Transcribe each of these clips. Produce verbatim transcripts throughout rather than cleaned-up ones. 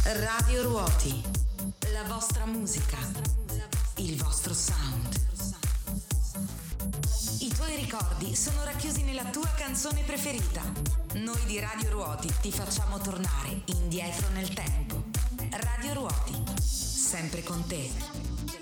Radio Ruoti, la vostra musica, il vostro sound. I tuoi ricordi sono racchiusi nella tua canzone preferita. Noi di Radio Ruoti ti facciamo tornare indietro nel tempo. Radio Ruoti, sempre con te.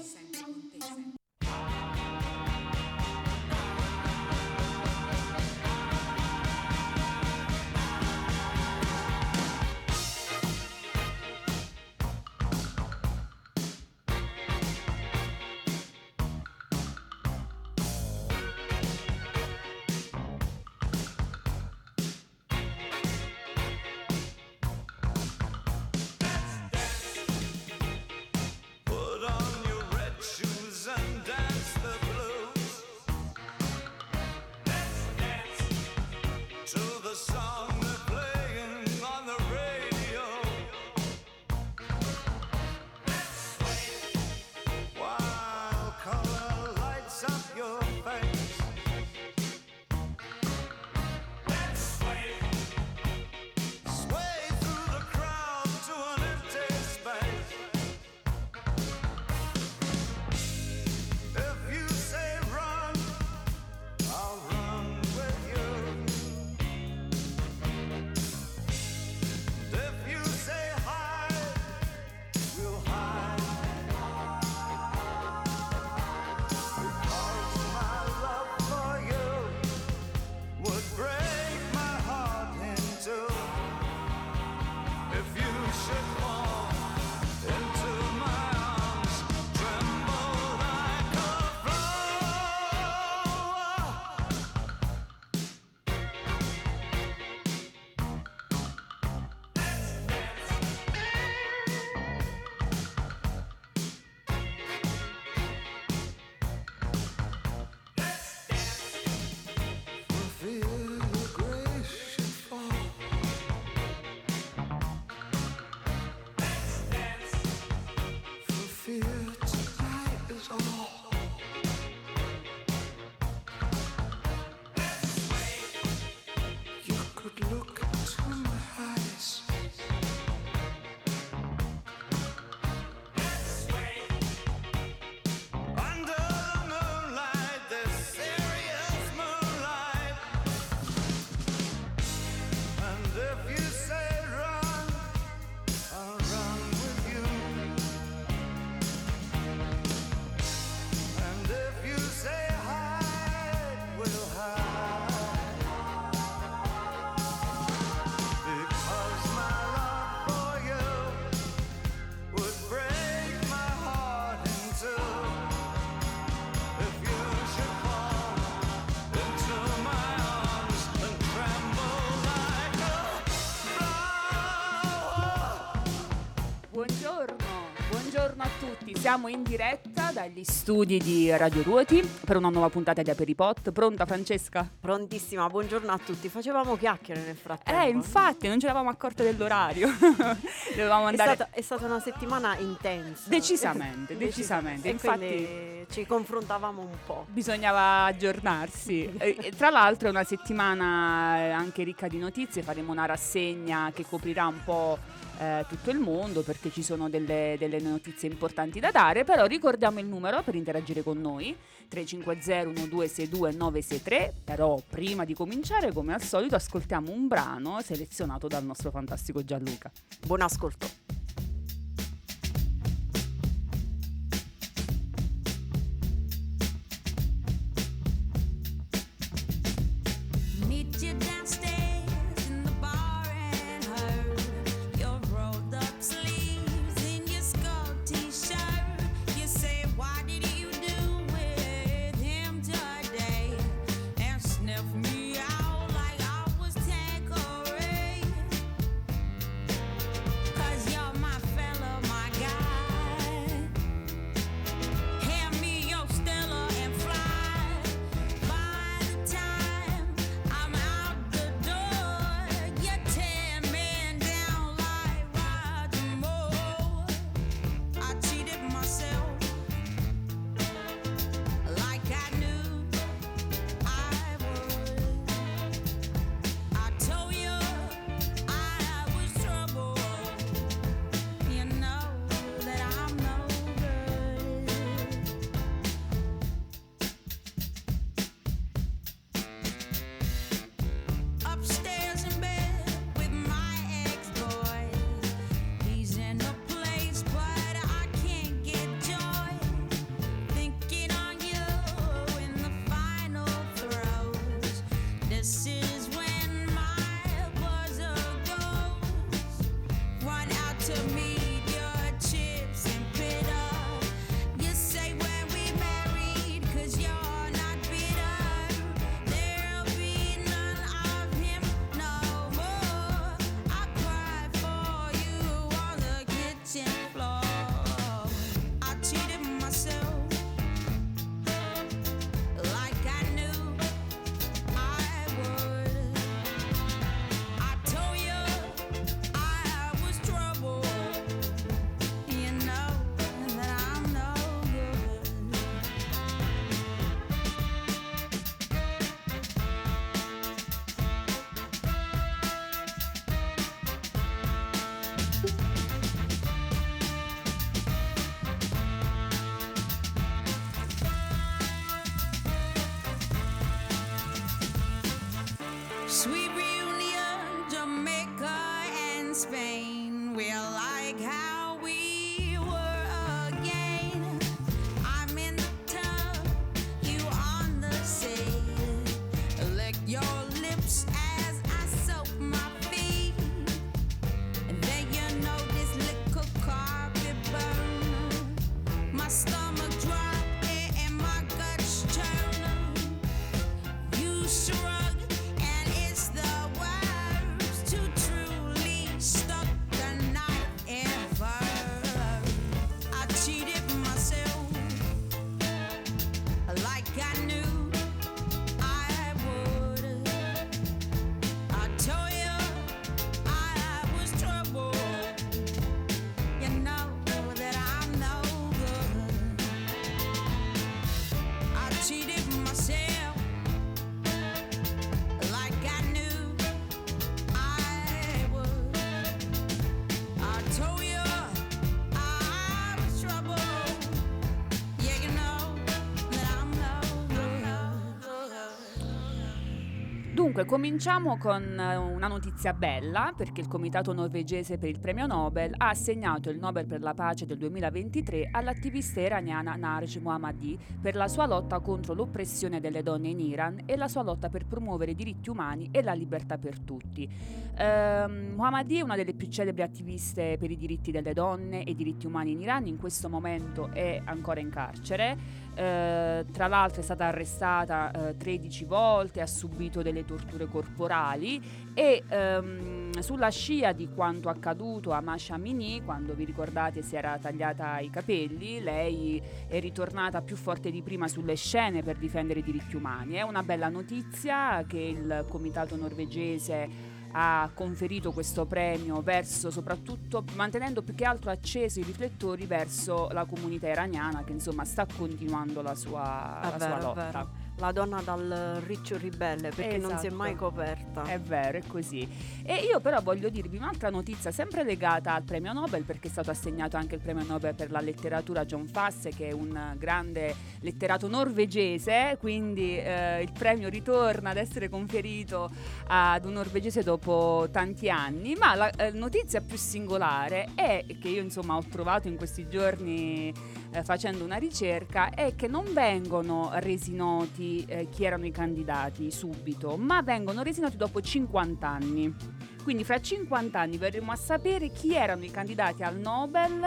Siamo in diretta dagli studi di Radio Ruoti per una nuova puntata di Aperipot. Pronta Francesca? Prontissima, buongiorno a tutti. Facevamo chiacchiere nel frattempo. Eh, infatti, non ci eravamo accorte dell'orario. Dovevamo andare. È stata, è stata una settimana intensa. Decisamente, decisamente. E infatti ci confrontavamo un po'. Bisognava aggiornarsi. E, tra l'altro è una settimana anche ricca di notizie. Faremo una rassegna che coprirà un po' Eh, tutto il mondo, perché ci sono delle, delle notizie importanti da dare. Però ricordiamo il numero per interagire con noi: tre cinque zero uno due sei due nove sei tre. Però prima di cominciare, come al solito, ascoltiamo un brano selezionato dal nostro fantastico Gianluca. Buon ascolto. Cause you're Sweet reunion, Jamaica and Spain. We're like how we were again. I'm in the tub, you on the sea. Lick your lips as I soak my feet. And then you know this little carpet burn. My stomach drop and my guts turn. You shrug. Dunque, cominciamo con una notizia bella, perché il Comitato norvegese per il premio Nobel ha assegnato il Nobel per la pace del duemilaventitré all'attivista iraniana Narj Mohammadi per la sua lotta contro l'oppressione delle donne in Iran e la sua lotta per promuovere i diritti umani e la libertà per tutti. Eh, Mohammadi è una delle più celebri attiviste per i diritti delle donne e i diritti umani in Iran, in questo momento è ancora in carcere. Eh, tra l'altro è stata arrestata eh, tredici volte, ha subito delle torture corporali e ehm, sulla scia di quanto accaduto a Masha Amini, quando vi ricordate si era tagliata i capelli, lei è ritornata più forte di prima sulle scene per difendere i diritti umani. È una bella notizia che il comitato norvegese ha conferito questo premio verso, soprattutto mantenendo più che altro accesi i riflettori verso la comunità iraniana, che insomma sta continuando la sua, la vero, sua lotta. La donna dal riccio ribelle, perché esatto. Non si è mai coperta. È vero, è così. E io però voglio dirvi un'altra notizia sempre legata al premio Nobel, perché è stato assegnato anche il premio Nobel per la letteratura a John Fosse, che è un grande letterato norvegese, quindi eh, il premio ritorna ad essere conferito ad un norvegese dopo tanti anni. Ma la eh, notizia più singolare è che io insomma ho trovato in questi giorni eh, facendo una ricerca, è che non vengono resi noti Eh, chi erano i candidati subito, ma vengono resi noti dopo cinquanta anni. Quindi fra cinquanta anni verremo a sapere chi erano i candidati al Nobel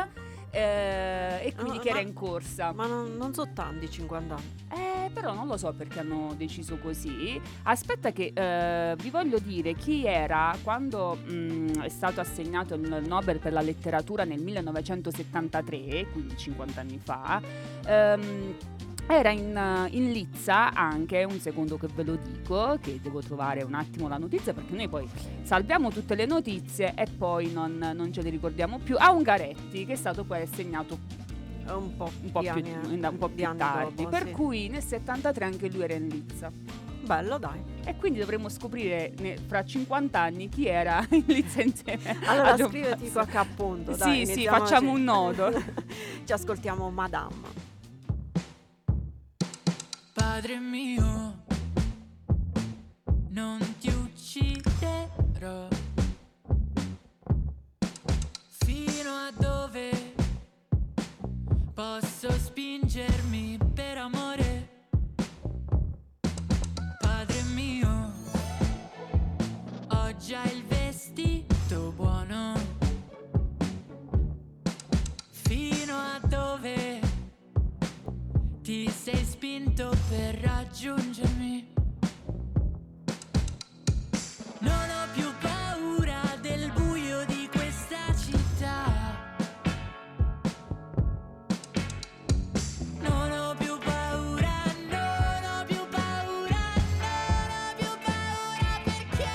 eh, e quindi no, chi ma, era in corsa. Ma non, non so tanti cinquanta anni. Eh, però non lo so perché hanno deciso così. Aspetta che eh, vi voglio dire chi era quando mh, è stato assegnato il Nobel per la letteratura nel millenovecentosettantatré, quindi cinquanta anni fa. Ehm, Era in, in lizza anche, un secondo che ve lo dico, che devo trovare un attimo la notizia, perché noi poi salviamo tutte le notizie e poi non, non ce le ricordiamo più, a Ungaretti, che è stato poi assegnato un po', un po' più, anni, un po' più tardi, dopo, per sì. cui nel settantatré anche lui era in lizza. Bello, dai. E quindi dovremmo scoprire ne, fra cinquanta anni chi era in lizza insieme allora a John scriviti Fosse. qualche appunto, Sì, dai, sì, facciamo un nodo. Ci ascoltiamo Madame. Padre mio, non ti ucciderò. Fino a dove posso spingermi per amore? Padre mio, ho già il vestito buono. ti sei spinto per raggiungermi. Non ho più paura del buio di questa città. Non ho più paura, non ho più paura, non ho più paura perché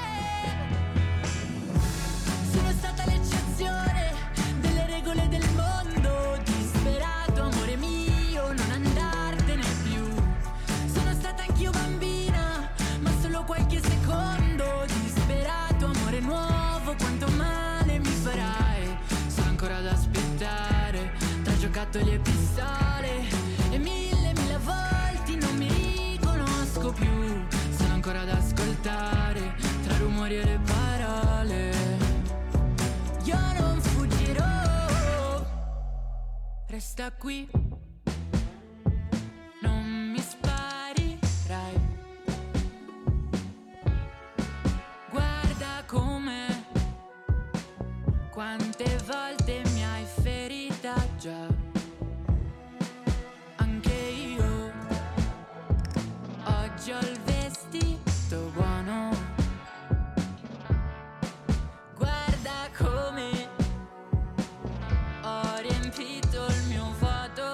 sono stata l'eccezione delle regole del mondo. Disperato, amore mio, non andartene più. Sono stata anch'io bambina, ma solo qualche secondo. Disperato, amore nuovo, quanto male mi farai. Sono ancora ad aspettare, tra giocattoli e pistole, e mille, mille volti non mi riconosco più. Sono ancora ad ascoltare, tra rumori e le parole. Io non fuggirò, resta qui, non mi sparirai. Guarda come, quante volte mi hai ferita già. Anche io oggi ho il vestito buono. Guarda come ho riempito il mio vuoto.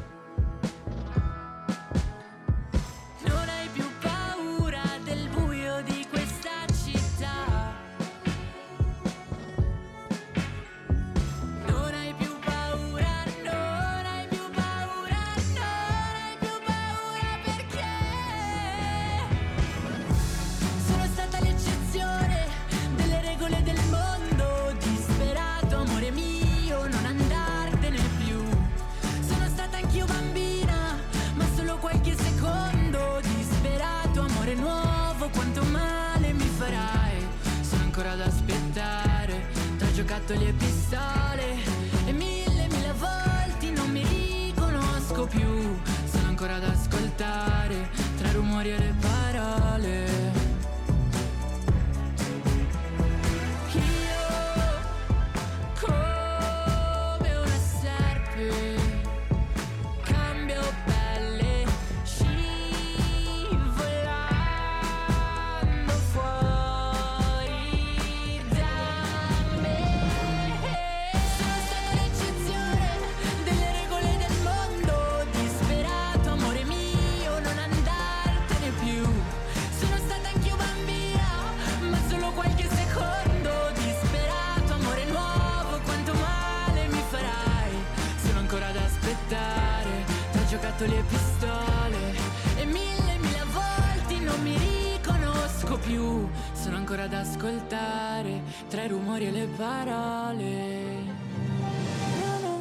Non hai più paura del buio di questa città. Non hai più paura, non hai più paura, non hai più paura perché sono stata l'eccezione delle regole del mondo. Disperato, amore mio, non andartene più. Sono stata anch'io bambina, ma solo qualche secondo. Disperato, amore nuovo, quanto male mi farai. Sono ancora ad aspettare, tra giocattoli e pistole, e mille, mille volte non mi riconosco più. Sono ancora ad ascoltare, tra rumori e le parole. Io come una serpe cambio pelle, scivolando fuori da me. Sono stata l'eccezione delle regole del mondo. Disperato, amore mio, non andartene più. Sono stata anch'io bambina, ma solo qualche secondo. Disperato, amore nuovo, quanto male mi farai. Sono ancora ad aspettare, tra giocattoli e pistole, e mille, mille volte non mi riconosco più. Sono ancora ad ascoltare, tra i rumori e le parole. Io non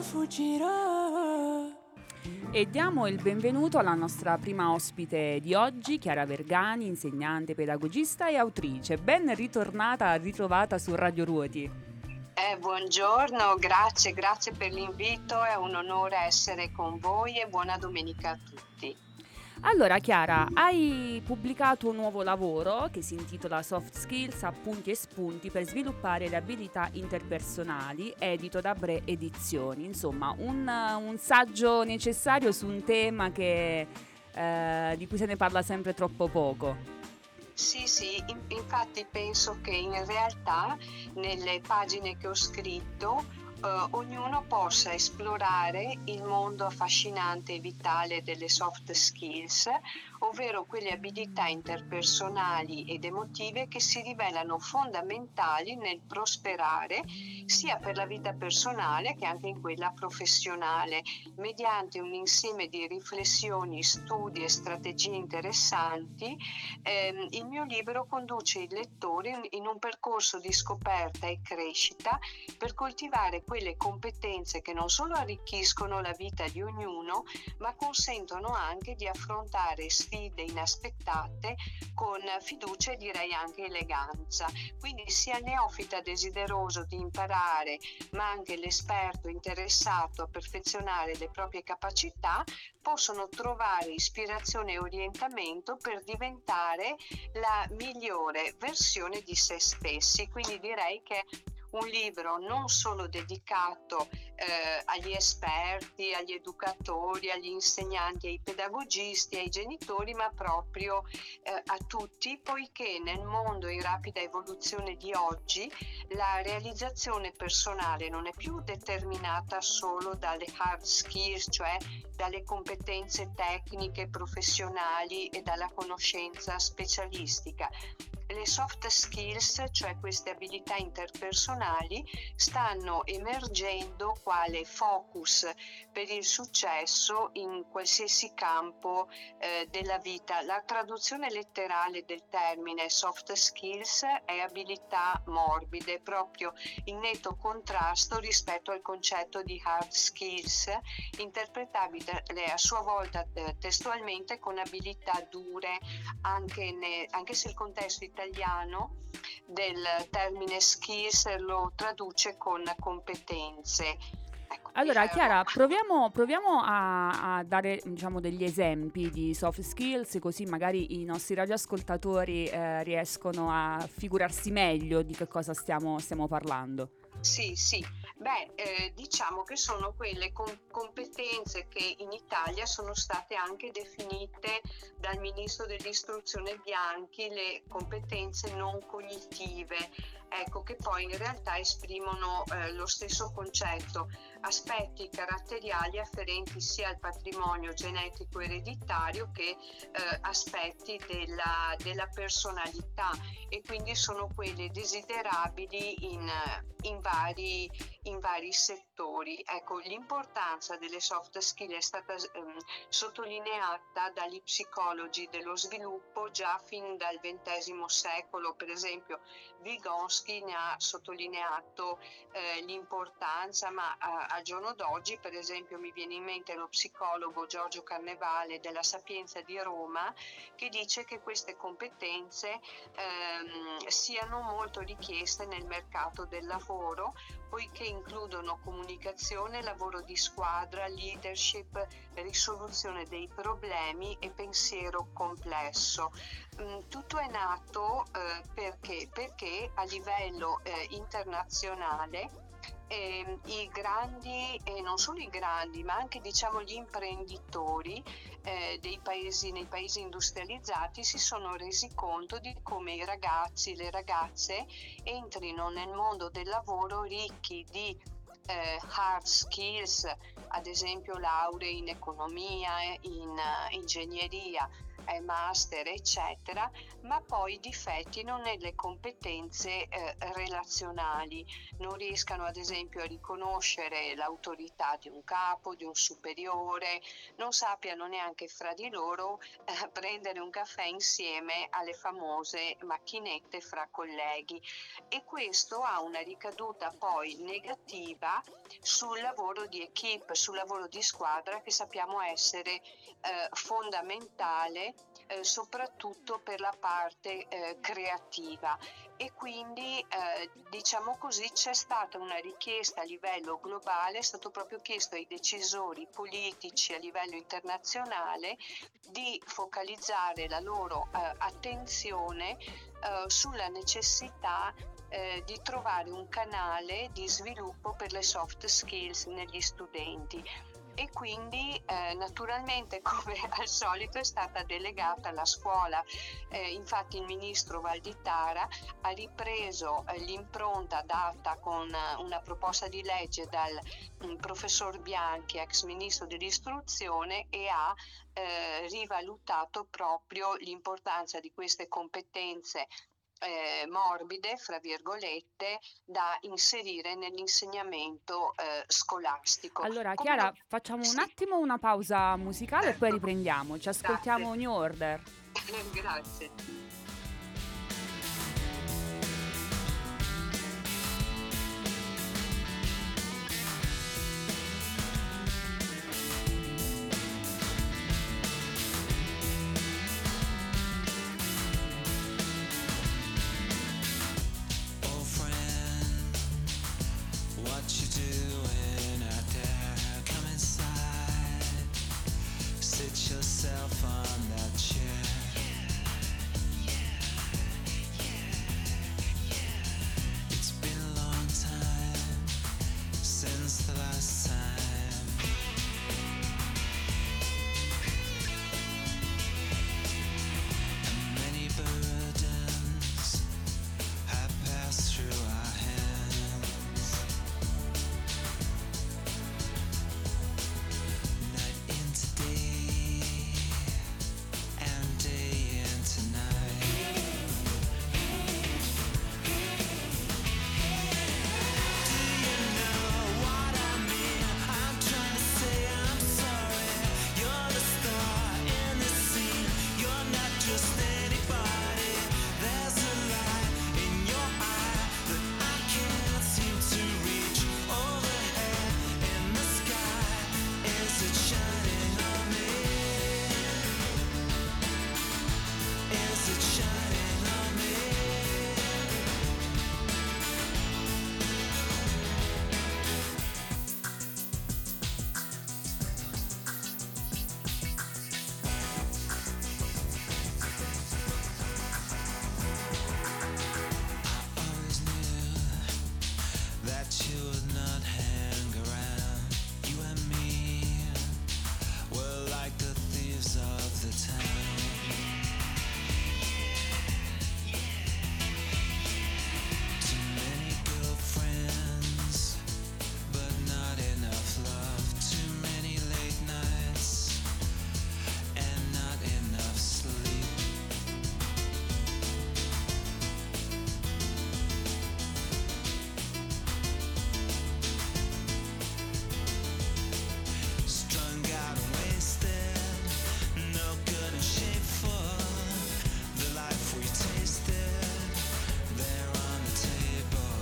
fuggirò. E diamo il benvenuto alla nostra prima ospite di oggi, Chiara Vergani, insegnante, pedagogista e autrice. Ben ritornata, ritrovata su Radio Ruoti. Eh, buongiorno, grazie, grazie per l'invito, è un onore essere con voi e buona domenica a tutti. Allora Chiara, hai pubblicato un nuovo lavoro che si intitola Soft Skills, appunti e spunti per sviluppare le abilità interpersonali, edito da Bre Edizioni. Insomma, un, un saggio necessario su un tema che, eh, di cui se ne parla sempre troppo poco. Sì, sì, in- infatti penso che in realtà nelle pagine che ho scritto eh, ognuno possa esplorare il mondo affascinante e vitale delle soft skills, ovvero quelle abilità interpersonali ed emotive che si rivelano fondamentali nel prosperare sia per la vita personale che anche in quella professionale, mediante un insieme di riflessioni, studi e strategie interessanti. ehm, il mio libro conduce il lettore in, in un percorso di scoperta e crescita per coltivare quelle competenze che non solo arricchiscono la vita di ognuno, ma consentono anche di affrontare sfide inaspettate con fiducia e direi anche eleganza. Quindi sia il neofita desideroso di imparare, ma anche l'esperto interessato a perfezionare le proprie capacità possono trovare ispirazione e orientamento per diventare la migliore versione di se stessi. Quindi direi che un libro non solo dedicato eh, agli esperti, agli educatori, agli insegnanti, ai pedagogisti, ai genitori, ma proprio eh, a tutti, poiché nel mondo in rapida evoluzione di oggi la realizzazione personale non è più determinata solo dalle hard skills, cioè dalle competenze tecniche, professionali e dalla conoscenza specialistica. Le soft skills, cioè queste abilità interpersonali, stanno emergendo quale focus per il successo in qualsiasi campo eh, della vita. La traduzione letterale del termine soft skills è abilità morbide, proprio in netto contrasto rispetto al concetto di hard skills, interpretabile a sua volta eh, testualmente con abilità dure, anche, ne, anche se il contesto italiano del termine skills lo traduce con competenze. Ecco, Allora, eh, Chiara, proviamo, proviamo a, a dare, diciamo, degli esempi di soft skills, così magari i nostri radioascoltatori eh, riescono a figurarsi meglio di che cosa stiamo, stiamo parlando. Sì, sì, beh, eh, diciamo che sono quelle com- competenze che in Italia sono state anche definite dal ministro dell'istruzione Bianchi, le competenze non cognitive, ecco, che poi in realtà esprimono eh, lo stesso concetto, aspetti caratteriali afferenti sia al patrimonio genetico ereditario che eh, aspetti della, della personalità, e quindi sono quelle desiderabili in, in vari in vari settori. Ecco, l'importanza delle soft skill è stata ehm, sottolineata dagli psicologi dello sviluppo già fin dal ventesimo secolo. Per esempio Vygotsky ne ha sottolineato eh, l'importanza, ma a, al giorno d'oggi, per esempio, mi viene in mente lo psicologo Giorgio Carnevale della Sapienza di Roma, che dice che queste competenze ehm, siano molto richieste nel mercato del lavoro, poiché includono comunicazione, lavoro di squadra, leadership, risoluzione dei problemi e pensiero complesso. Tutto è nato eh, perché, perché a livello eh, internazionale eh, i grandi, e non solo i grandi, ma anche diciamo gli imprenditori eh, dei paesi, nei paesi industrializzati si sono resi conto di come i ragazzi, le ragazze entrino nel mondo del lavoro ricchi di eh, hard skills, ad esempio lauree in economia, in uh, ingegneria, eh, master, eccetera, ma poi difettino nelle competenze eh, relazionali, non riescano ad esempio a riconoscere l'autorità di un capo, di un superiore, non sappiano neanche fra di loro eh, prendere un caffè insieme alle famose macchinette fra colleghi, e questo ha una ricaduta poi negativa sul lavoro di equipe, sul lavoro di squadra, che sappiamo essere eh, fondamentale eh, soprattutto per la parte eh, creativa. E quindi eh, diciamo così c'è stata una richiesta a livello globale, è stato proprio chiesto ai decisori politici a livello internazionale di focalizzare la loro eh, attenzione eh, sulla necessità eh, di trovare un canale di sviluppo per le soft skills negli studenti. E quindi eh, naturalmente, come al solito, è stata delegata alla scuola. Eh, infatti il ministro Valditara ha ripreso eh, l'impronta data con eh, una proposta di legge dal mh, professor Bianchi, ex ministro dell'istruzione, e ha eh, rivalutato proprio l'importanza di queste competenze Eh, morbide, fra virgolette, da inserire nell'insegnamento eh, scolastico. Allora, Come Chiara, lo- facciamo un Sì. attimo una pausa musicale e poi Ecco. riprendiamo. Ci ascoltiamo Grazie. New Order. Grazie. Old friend, what you doing out there? Come inside, sit yourself on that chair. It's been a long time. was the last time? And many burdens have passed through our hands. Night into day and day into night. Do you know what I mean? I'm trying to say I'm sorry. You're the star in the scene. You're not just anybody. There's a light in your eye that I can't seem to reach. Overhead in the sky, is it shining on me? Is it shining on me? Always knew that you would not hang around. You and me were like the thieves of the town. Too many girlfriends, but not enough love. Too many late nights and not enough sleep. Strung out and wasted, no good in shape for the life we tasted there on the table.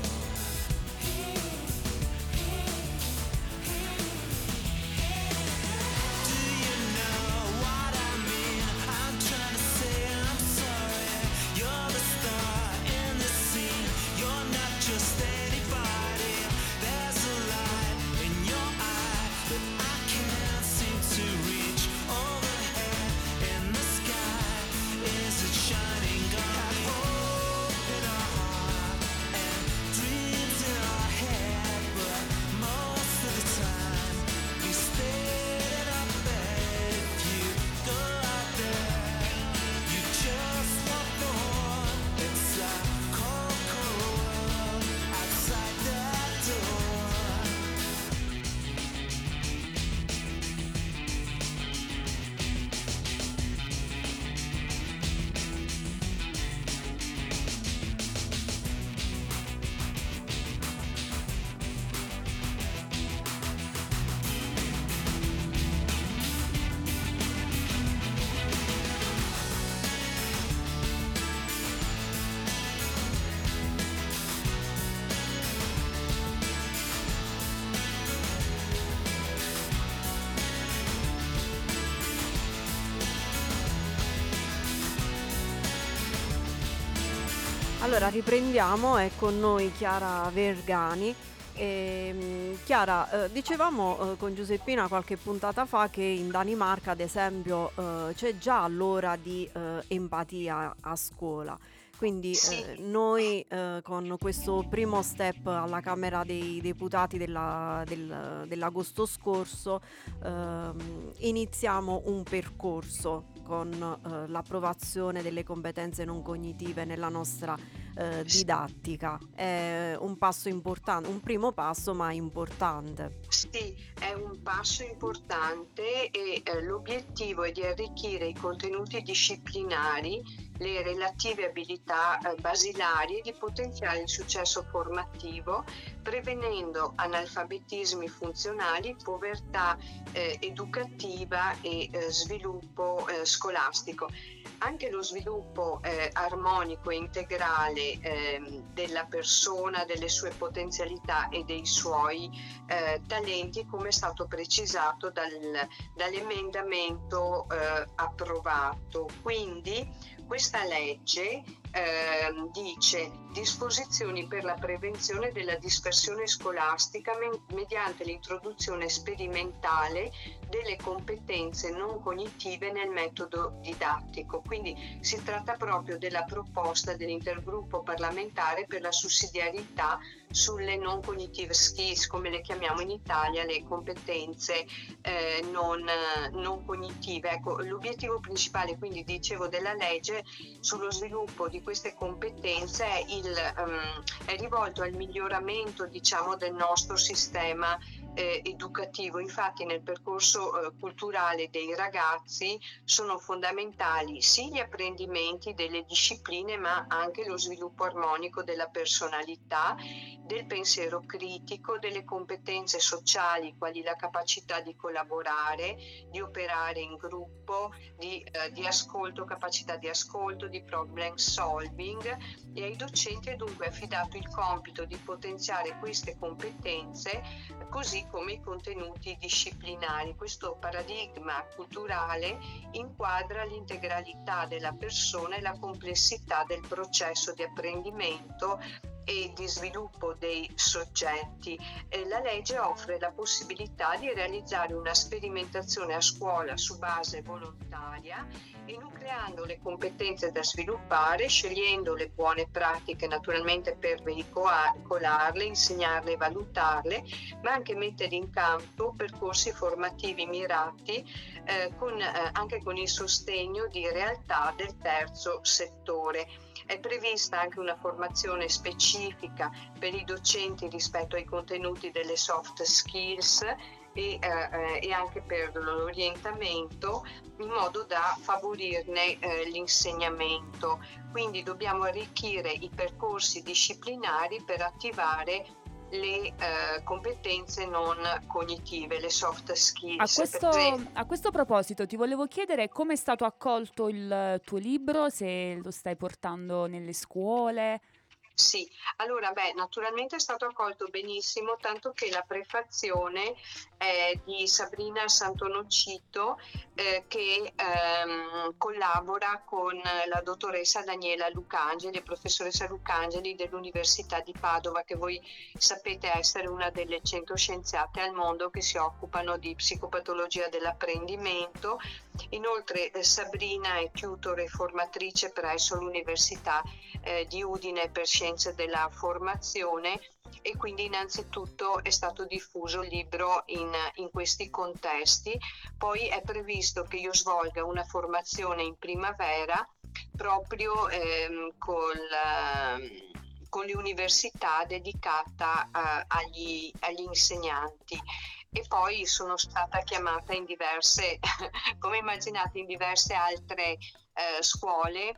Do you know what I mean? I'm trying to say I'm sorry. You're the star in the scene. You're not just anybody. There's a light in your eye that I can't seem to reach. Overhead in the sky, is it shining? Got hope in our heart and dreams in our head, but most of the time we stay in our bed. If you go out there, you just want more. It's a cold, cold world outside that door. Allora riprendiamo, è con noi Chiara Vergani. E, Chiara, eh, dicevamo eh, con Giuseppina qualche puntata fa che in Danimarca, ad esempio, eh, c'è già l'ora di eh, empatia a scuola. Quindi Sì. eh, noi eh, con questo primo step alla Camera dei Deputati della- del- dell'agosto scorso ehm, iniziamo un percorso con eh, l'approvazione delle competenze non cognitive nella nostra eh, didattica. È un passo importante, un primo passo ma importante. Sì, è un passo importante e eh, l'obiettivo è di arricchire i contenuti disciplinari, le relative abilità eh, basilari e di potenziare il successo formativo, prevenendo analfabetismi funzionali, povertà eh, educativa e eh, sviluppo eh, scolastico. Anche lo sviluppo eh, armonico e integrale ehm, della persona, delle sue potenzialità e dei suoi eh, talenti, come è stato precisato dal- dall'emendamento eh, approvato. Quindi questa legge ehm, dice disposizioni per la prevenzione della dispersione scolastica me- mediante l'introduzione sperimentale delle competenze non cognitive nel metodo didattico. Quindi si tratta proprio della proposta dell'intergruppo parlamentare per la sussidiarietà sulle non cognitive skills, come le chiamiamo in Italia, le competenze eh, non, non cognitive. Ecco, l'obiettivo principale, quindi dicevo, della legge sullo sviluppo di queste competenze è, il, um, è rivolto al miglioramento, diciamo, del nostro sistema Eh, educativo. Infatti nel percorso eh, culturale dei ragazzi sono fondamentali sì gli apprendimenti delle discipline, ma anche lo sviluppo armonico della personalità, del pensiero critico, delle competenze sociali quali la capacità di collaborare, di operare in gruppo, di, eh, di ascolto, capacità di ascolto, di problem solving, e ai docenti è dunque affidato il compito di potenziare queste competenze così come i contenuti disciplinari. Questo paradigma culturale inquadra l'integralità della persona e la complessità del processo di apprendimento e di sviluppo dei soggetti. Eh, la legge offre la possibilità di realizzare una sperimentazione a scuola su base volontaria, enucleando le competenze da sviluppare, scegliendo le buone pratiche naturalmente per veicolarle, insegnarle e valutarle, ma anche mettere in campo percorsi formativi mirati eh, con, eh, anche con il sostegno di realtà del terzo settore. È prevista anche una formazione specifica per i docenti rispetto ai contenuti delle soft skills e, eh, e anche per l'orientamento, in modo da favorirne eh, l'insegnamento. Quindi dobbiamo arricchire i percorsi disciplinari per attivare le eh, competenze non cognitive, le soft skills. A questo, a questo proposito ti volevo chiedere come è stato accolto il tuo libro, se lo stai portando nelle scuole. Sì, allora beh, naturalmente è stato accolto benissimo, tanto che la prefazione è di Sabrina Santonocito eh, che ehm, collabora con la dottoressa Daniela Lucangeli, professoressa Lucangeli dell'Università di Padova, che voi sapete essere una delle cento scienziate al mondo che si occupano di psicopatologia dell'apprendimento. Inoltre eh, Sabrina è tutor e formatrice presso l'Università eh, di Udine per scienze della formazione, e quindi innanzitutto è stato diffuso il libro in, in questi contesti. Poi è previsto che io svolga una formazione in primavera proprio ehm, col, eh, con le università dedicata eh, agli, agli insegnanti. E poi sono stata chiamata in diverse, come immaginate, in diverse altre eh, scuole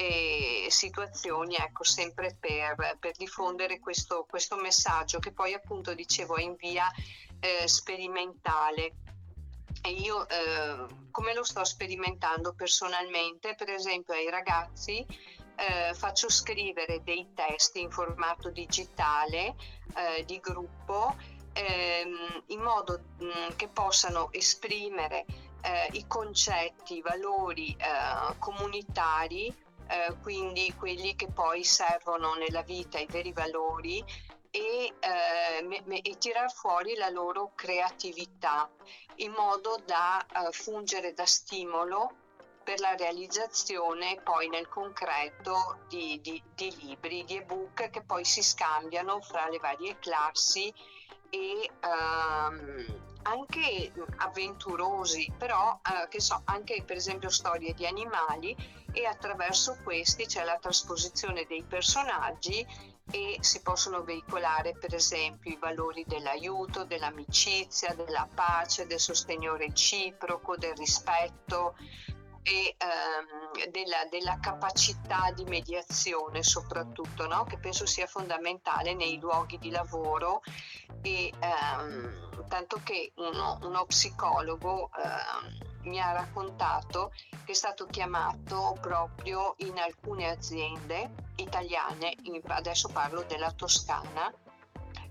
e situazioni, ecco, sempre per, per diffondere questo, questo messaggio, che poi appunto dicevo è in via eh, sperimentale. E io eh, come lo sto sperimentando personalmente? Per esempio ai ragazzi eh, faccio scrivere dei testi in formato digitale eh, di gruppo, ehm, in modo mh, che possano esprimere eh, i concetti, i valori eh, comunitari, eh, quindi quelli che poi servono nella vita, i veri valori, e, eh, me, me, e tirar fuori la loro creatività, in modo da uh, fungere da stimolo per la realizzazione poi nel concreto di, di, di libri, di ebook che poi si scambiano fra le varie classi e um, anche avventurosi, però uh, che so, anche per esempio storie di animali, e attraverso questi c'è la trasposizione dei personaggi e si possono veicolare per esempio i valori dell'aiuto, dell'amicizia, della pace, del sostegno reciproco, del rispetto e ehm, della, della capacità di mediazione soprattutto, no? Che penso sia fondamentale nei luoghi di lavoro, e ehm, tanto che uno, uno psicologo ehm, mi ha raccontato che è stato chiamato proprio in alcune aziende italiane, in, adesso parlo della Toscana,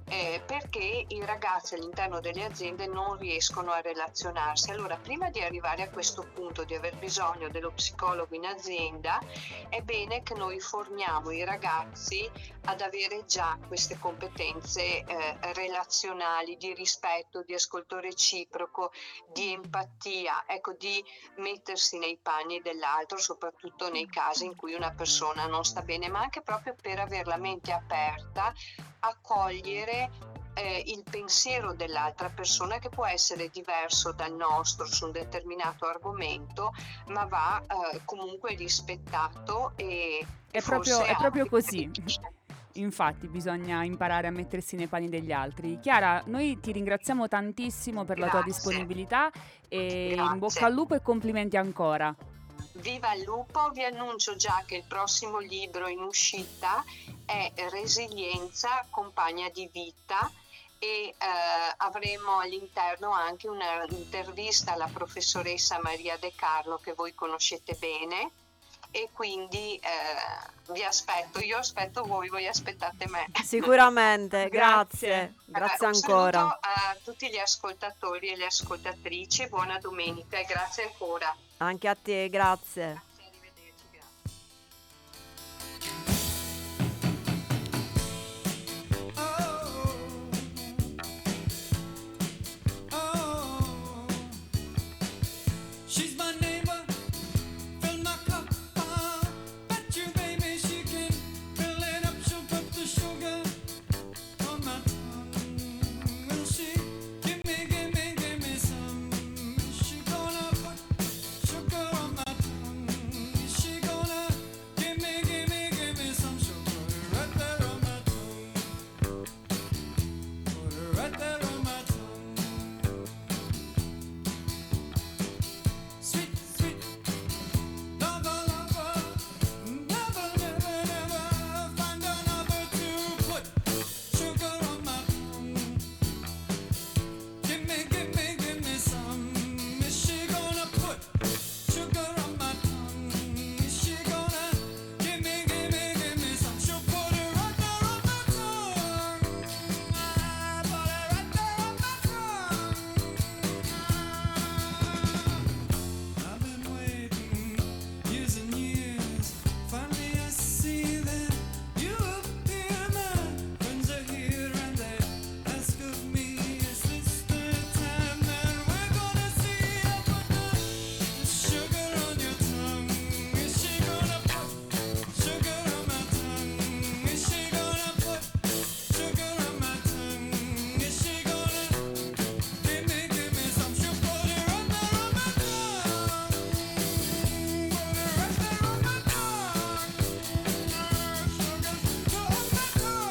eh, perché i ragazzi all'interno delle aziende non riescono a relazionarsi. Allora, prima di arrivare a questo punto di aver bisogno dello psicologo in azienda, è bene che noi formiamo i ragazzi ad avere già queste competenze eh, relazionali, di rispetto, di ascolto reciproco, di empatia, ecco, di mettersi nei panni dell'altro, soprattutto nei casi in cui una persona non sta bene, ma anche proprio per avere la mente aperta a cogliere eh, il pensiero dell'altra persona, che può essere diverso dal nostro su un determinato argomento, ma va eh, comunque rispettato e, È e proprio, forse è proprio anche così. cresciuto. Infatti bisogna imparare a mettersi nei panni degli altri. Chiara, noi ti ringraziamo tantissimo per la tua Grazie. disponibilità e in Grazie. bocca al lupo e complimenti ancora. Viva il lupo, vi annuncio già che il prossimo libro in uscita è Resilienza, compagna di vita, e eh, avremo all'interno anche un'intervista alla professoressa Maria De Carlo, che voi conoscete bene, e quindi eh, vi aspetto, io aspetto voi, voi aspettate me. Sicuramente, grazie, Grazie. grazie Eh, un ancora. saluto a tutti gli ascoltatori e le ascoltatrici, buona domenica e grazie ancora. Anche a te, grazie. Grazie, arrivederci, grazie. Oh, she's my neighbor, fill my cup. I bet you, baby, she can fill it up. She'll put the sugar on my tongue. Will she give me, give me, give me some? Is she gonna put sugar on my tongue? Is she gonna give me, give me, give me some? She'll put it right there on my tongue. Put it right there on my tongue. Sweet, sweet, lover, lover, never, never, never find another to put sugar on my tongue. Give me, give me, give me some. Is she gonna put sugar on my tongue? Is she gonna give me, give me, give me some? She'll put it right there on my tongue. I put it right there on my tongue. I've been waiting years and years. Finally I see that you appear. My friends are here and they ask of me, is this the time that we're gonna see? I put the sugar on your tongue. Is she gonna put sugar on my tongue? Is she gonna put sugar on my tongue? Is she gonna give me, give me some? She'll put it right there on my tongue. Put it right there on my tongue. Sugar on my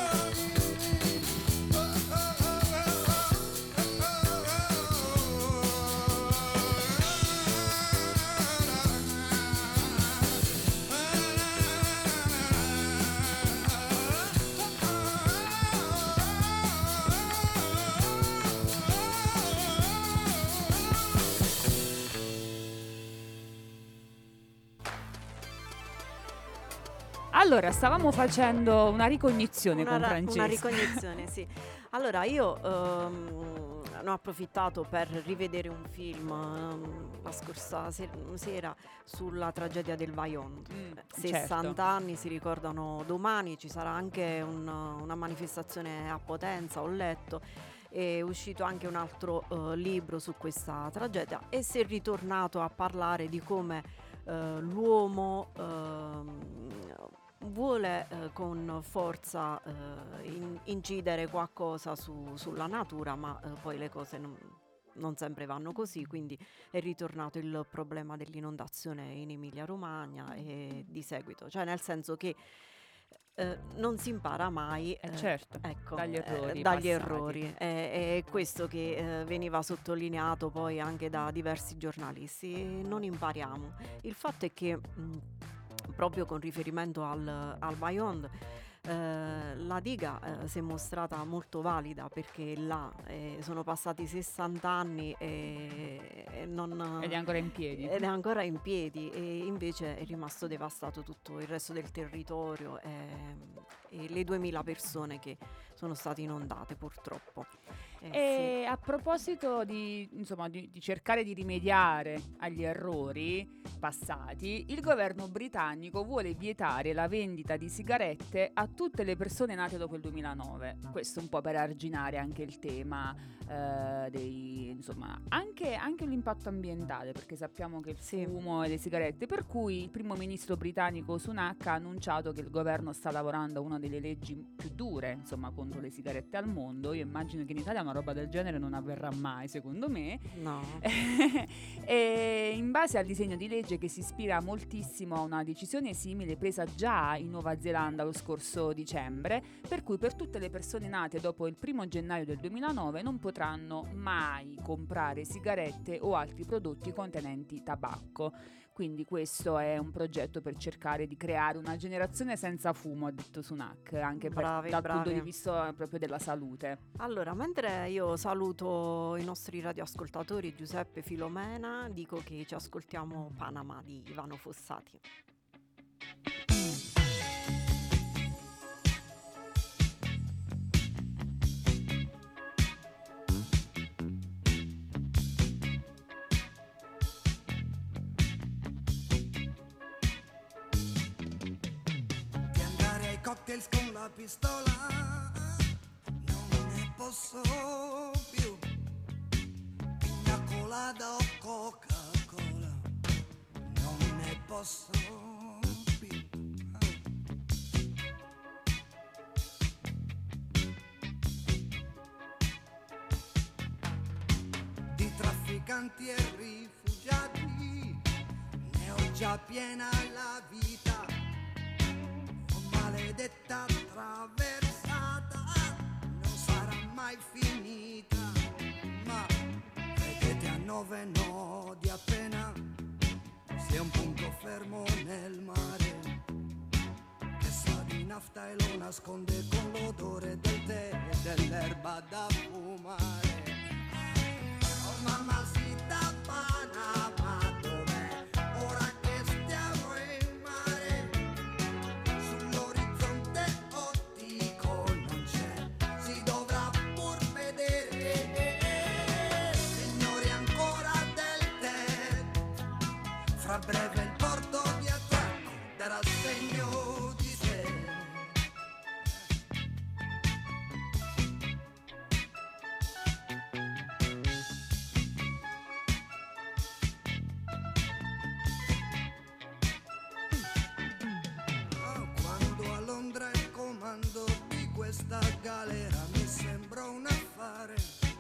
Allora, stavamo facendo una ricognizione Una, con ra- Francesca. una ricognizione, sì. Allora, io ehm, ne ho approfittato per rivedere un film ehm, la scorsa se- sera sulla tragedia del Vajont. Mm, sessanta certo. anni si ricordano domani, ci sarà anche un- una manifestazione a Potenza, ho letto. È uscito anche un altro eh, libro su questa tragedia e si è ritornato a parlare di come eh, l'uomo ehm, vuole eh, con forza eh, in- incidere qualcosa su- sulla natura, ma eh, poi le cose non, non sempre vanno così, quindi è ritornato il problema dell'inondazione in Emilia-Romagna e di seguito, cioè nel senso che eh, non si impara mai Eh, eh, certo, ecco, dagli eh, errori dagli passati. errori. È, è questo che eh, veniva sottolineato poi anche da diversi giornalisti. E non impariamo. Il fatto è che mh, proprio con riferimento al, al Vajont, eh, la diga eh, si è mostrata molto valida, perché là eh, sono passati sessanta anni e, e non, Ed è ancora in piedi. ed è ancora in piedi, e invece è rimasto devastato tutto il resto del territorio. E, e le duemila persone che sono state inondate purtroppo. Eh, E a proposito di, insomma, di, di cercare di rimediare agli errori passati, il governo britannico vuole vietare la vendita di sigarette a tutte le persone nate dopo il duemilanove. Questo un po' per arginare anche il tema eh, dei, insomma, anche, anche l'impatto ambientale, perché sappiamo che il Sì. fumo e le sigarette, per cui il primo ministro britannico Sunak ha annunciato che il governo sta lavorando a una delle leggi più dure, insomma, contro le sigarette al mondo. Io immagino che in Italia una roba del genere non avverrà mai, secondo me. no. E in base al disegno di legge che si ispira moltissimo a una decisione simile presa già in Nuova Zelanda lo scorso dicembre, per cui per tutte le persone nate dopo il primo gennaio del duemilanove non potranno mai comprare sigarette o altri prodotti contenenti tabacco. Quindi questo è un progetto per cercare di creare una generazione senza fumo, ha detto Sunak, anche per- Bravi, dal bravi. punto di vista proprio della salute. Allora, mentre io saluto i nostri radioascoltatori Giuseppe Filomena, dico che ci ascoltiamo Panama di Ivano Fossati. Di andare ai cocktail con la pistola non ne posso più. Pina colada o Coca-Cola non ne posso più. Di trafficanti e rifugiati ne ho già piena la vita. Maledetta traversata non sarà mai finita, ma vedete a nove nodi appena sei un punto fermo nel mare che sa di nafta e lo nasconde con l'odore del tè e dell'erba da fumare. Oh mamacita Panama, dov'è? Ora che stiamo in mare, sull'orizzonte ottico non c'è, si dovrà pur vedere. Signori ancora del tè, fra breve il porto di attracco darà segno di sé. Ah, quando a Londra il comando di questa galera mi sembra un affare,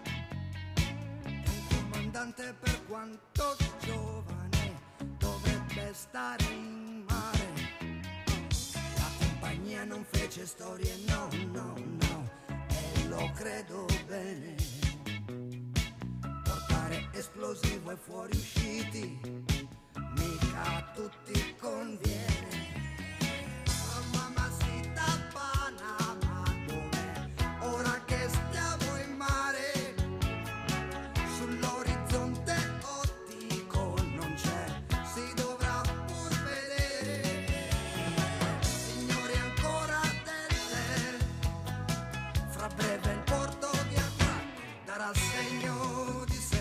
e un comandante per quanto giovane dovrebbe stare in mare. La compagnia non fece storie, no, no, no, e lo credo bene. Portare esplosivo e fuoriusciti mica a tutti conviene. Oh, mamacita Panama, dov'è? Ora che stiamo in mare, sull'orizzonte ottico non c'è, si dovrà pur vedere. Signori ancora del tè, fra breve il porto di attracco darà segno di sé.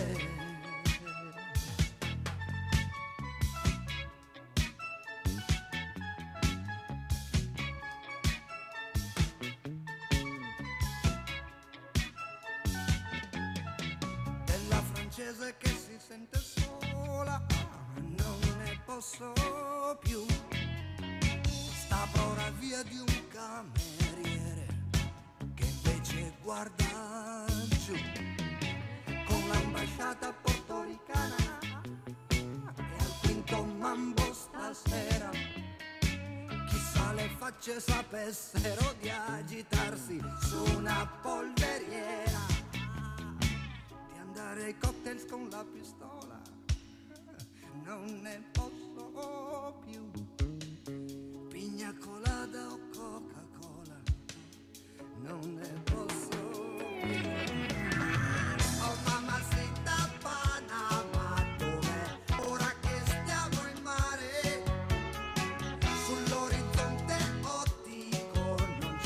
Della francese che si sente sola non ne posso più. Sta prora via di un cameriere che invece guarda giù, con l'ambasciata portoricana e al quinto mambo stasera. Chissà le facce sapessero di agitarsi su una polveriera, di andare ai cocktail con la pistola non ne posso più. Pina colada o Coca-Cola non ne posso più. Oh mamacita Panama, dov'è? Ora che stiamo in mare, sull'orizzonte ottico non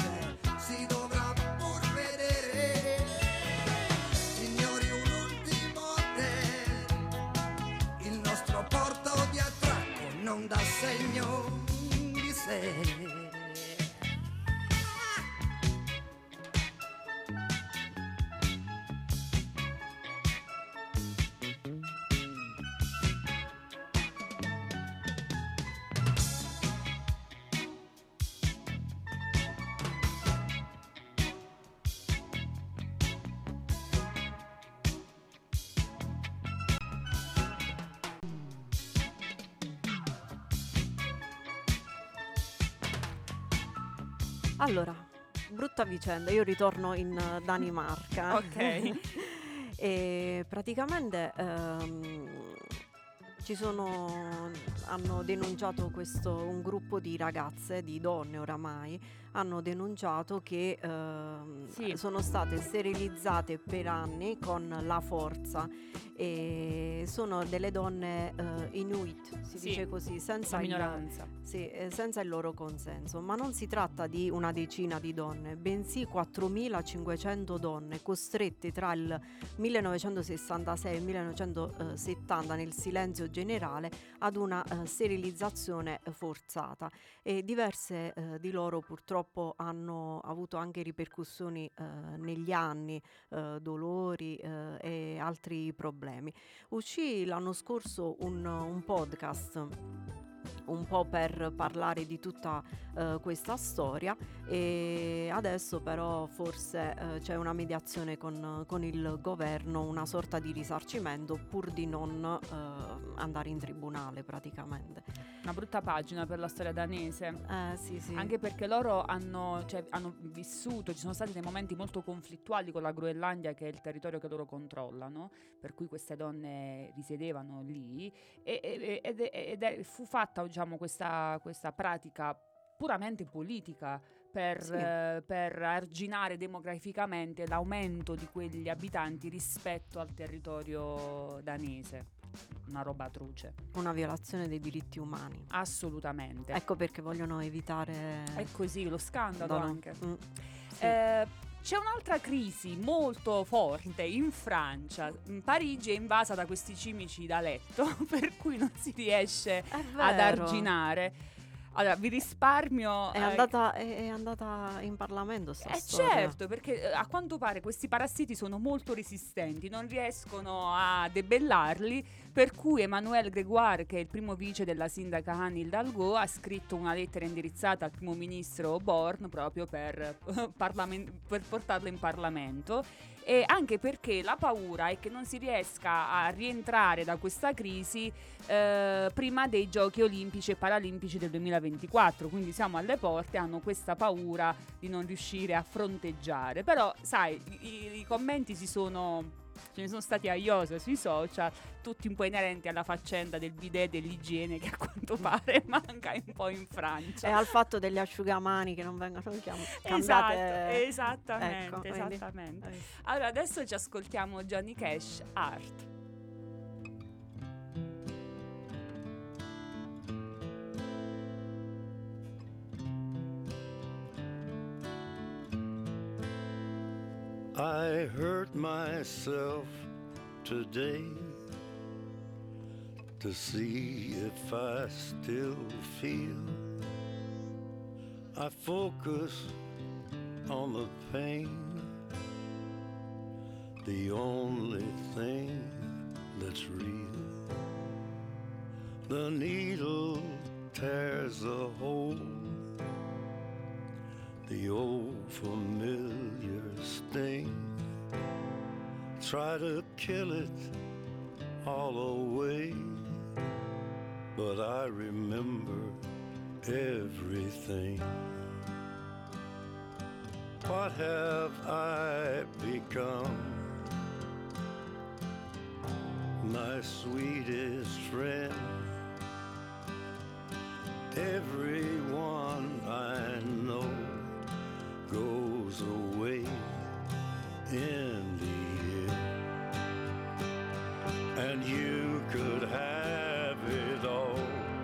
prenda segno di sé. Allora, brutta vicenda, io ritorno in eh, Danimarca. Ok. E praticamente ehm, ci sono, hanno denunciato questo, un gruppo di ragazze, di donne oramai, hanno denunciato che ehm, Sì. sono state sterilizzate per anni con la forza e sono delle donne eh, Inuit, si Sì, dice così, senza La il, minoranza. sì, eh, senza il loro consenso, ma non si tratta di una decina di donne, bensì quattromilacinquecento donne costrette tra il millenovecentosessantasei e il millenovecentosettanta nel silenzio generale ad una eh, sterilizzazione eh, forzata, e diverse eh, di loro purtroppo hanno avuto anche ripercussioni eh, negli anni, eh, dolori eh, e altri problemi. Uscì l'anno scorso un, un podcast un po' per parlare di tutta eh, questa storia, e adesso però forse eh, c'è una mediazione con, con il governo, una sorta di risarcimento pur di non eh, andare in tribunale praticamente. Una brutta pagina per la storia danese. Eh sì sì. Anche perché loro hanno, cioè, hanno vissuto, ci sono stati dei momenti molto conflittuali con la Groenlandia, che è il territorio che loro controllano, per cui queste donne risiedevano lì, e, e- ed, è- ed è- fu fatta, diciamo, questa, questa pratica puramente politica per, Sì. eh, per arginare demograficamente l'aumento di quegli abitanti rispetto al territorio danese. Una roba atroce, Una violazione dei diritti umani. assolutamente. Ecco perché vogliono evitare È così, lo scandalo no, no. anche. Mm, sì. Eh, c'è un'altra crisi molto forte in Francia. Mm, Parigi è invasa da questi cimici da letto, per cui non si riesce È ad vero. arginare. Allora, vi risparmio. È eh, andata, è, è andata in Parlamento sta eh storia. certo, perché eh, a quanto pare questi parassiti sono molto resistenti, non riescono a debellarli, per cui Emmanuel Grégoire, che è il primo vice della sindaca Anne Hidalgo, ha scritto una lettera indirizzata al primo ministro Born proprio per, eh, parlamen- per portarlo in Parlamento, e anche perché la paura è che non si riesca a rientrare da questa crisi eh, prima dei giochi olimpici e paralimpici del duemilaventiquattro, quindi siamo alle porte, hanno questa paura di non riuscire a fronteggiare. Però sai, i, i commenti si sono ce ne sono stati a iosa sui social, tutti un po' inerenti alla faccenda del bidet e dell'igiene, che a quanto pare manca un po' in Francia. E al fatto degli asciugamani che non vengono chiam- Esatto, cambiate. esattamente, Ecco, quindi- esattamente. eh. Allora adesso ci ascoltiamo Johnny Cash, Art. I hurt myself today to see if I still feel. I focus on the pain, the only thing that's real. The needle tears a hole, the old familiar sting. Try to kill it all away, but I remember everything. What have I become? My sweetest friend, everyone I know goes away in the end, and you could have it all.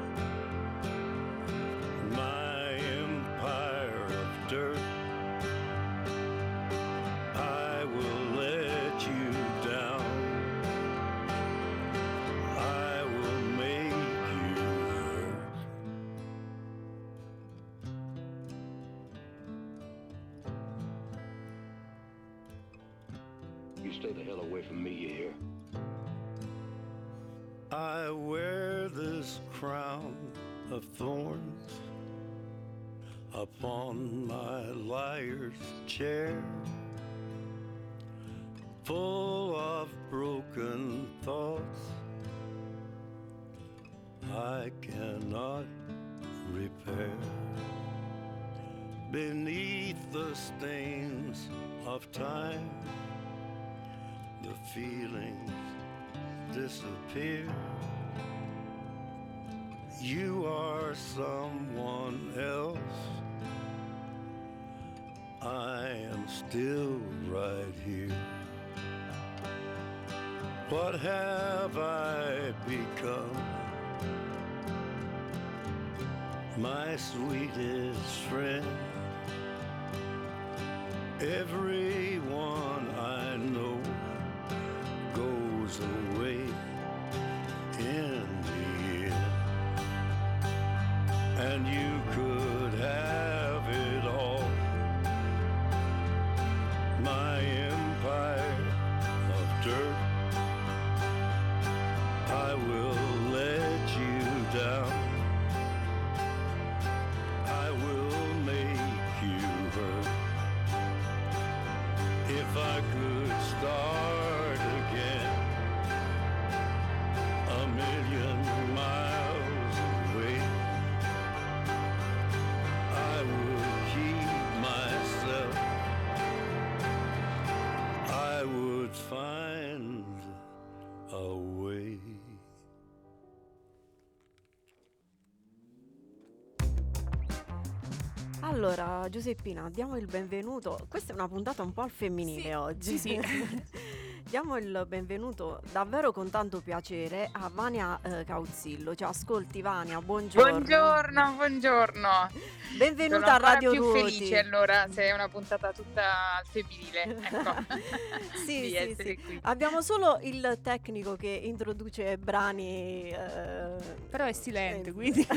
My empire of dirt, I will let you down. I will make you hurt. stay the hell away from me, you hear? I wear this crown of thorns upon my liar's chair, full of broken thoughts I cannot repair. Beneath the stains of time, the feelings disappear. You are someone else, I am still right here. What have I become? My sweetest friend, everyone I know goes away in the end. And you could have it all, my empire of dirt. I will let you down, I will make you hurt. If I could start again, a million miles away, I would keep myself, I would find a way. Allora, Giuseppina, diamo il benvenuto. Questa è una puntata un po' al femminile Sì, oggi. sì, sì. Diamo il benvenuto davvero con tanto piacere a Vania eh, Cauzzillo. Ci ascolti, Vania? Buongiorno. Buongiorno, buongiorno. Benvenuta Sono a ancora Radio più Ruoti. felice allora se è una puntata tutta al femminile, ecco. Sì, di sì, essere sì. qui. Abbiamo solo il tecnico che introduce brani. eh, Però è silente, eh, quindi.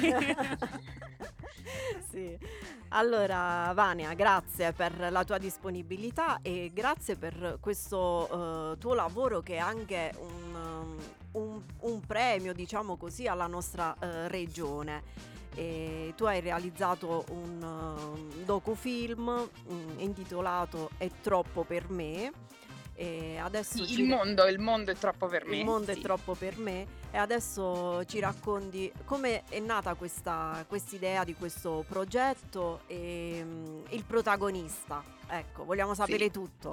Sì. Allora, Vania, grazie per la tua disponibilità e grazie per questo eh, tuo lavoro che è anche un, um, un- un premio, diciamo così, alla nostra eh, regione. E tu hai realizzato un um, docufilm mm, intitolato È troppo per me. E adesso Sì, ci- il mondo, il mondo è troppo per me. il mondo sì. è troppo per me. E adesso ci racconti come è nata questa idea di questo progetto e mm, il protagonista. Ecco, vogliamo sapere Sì. tutto.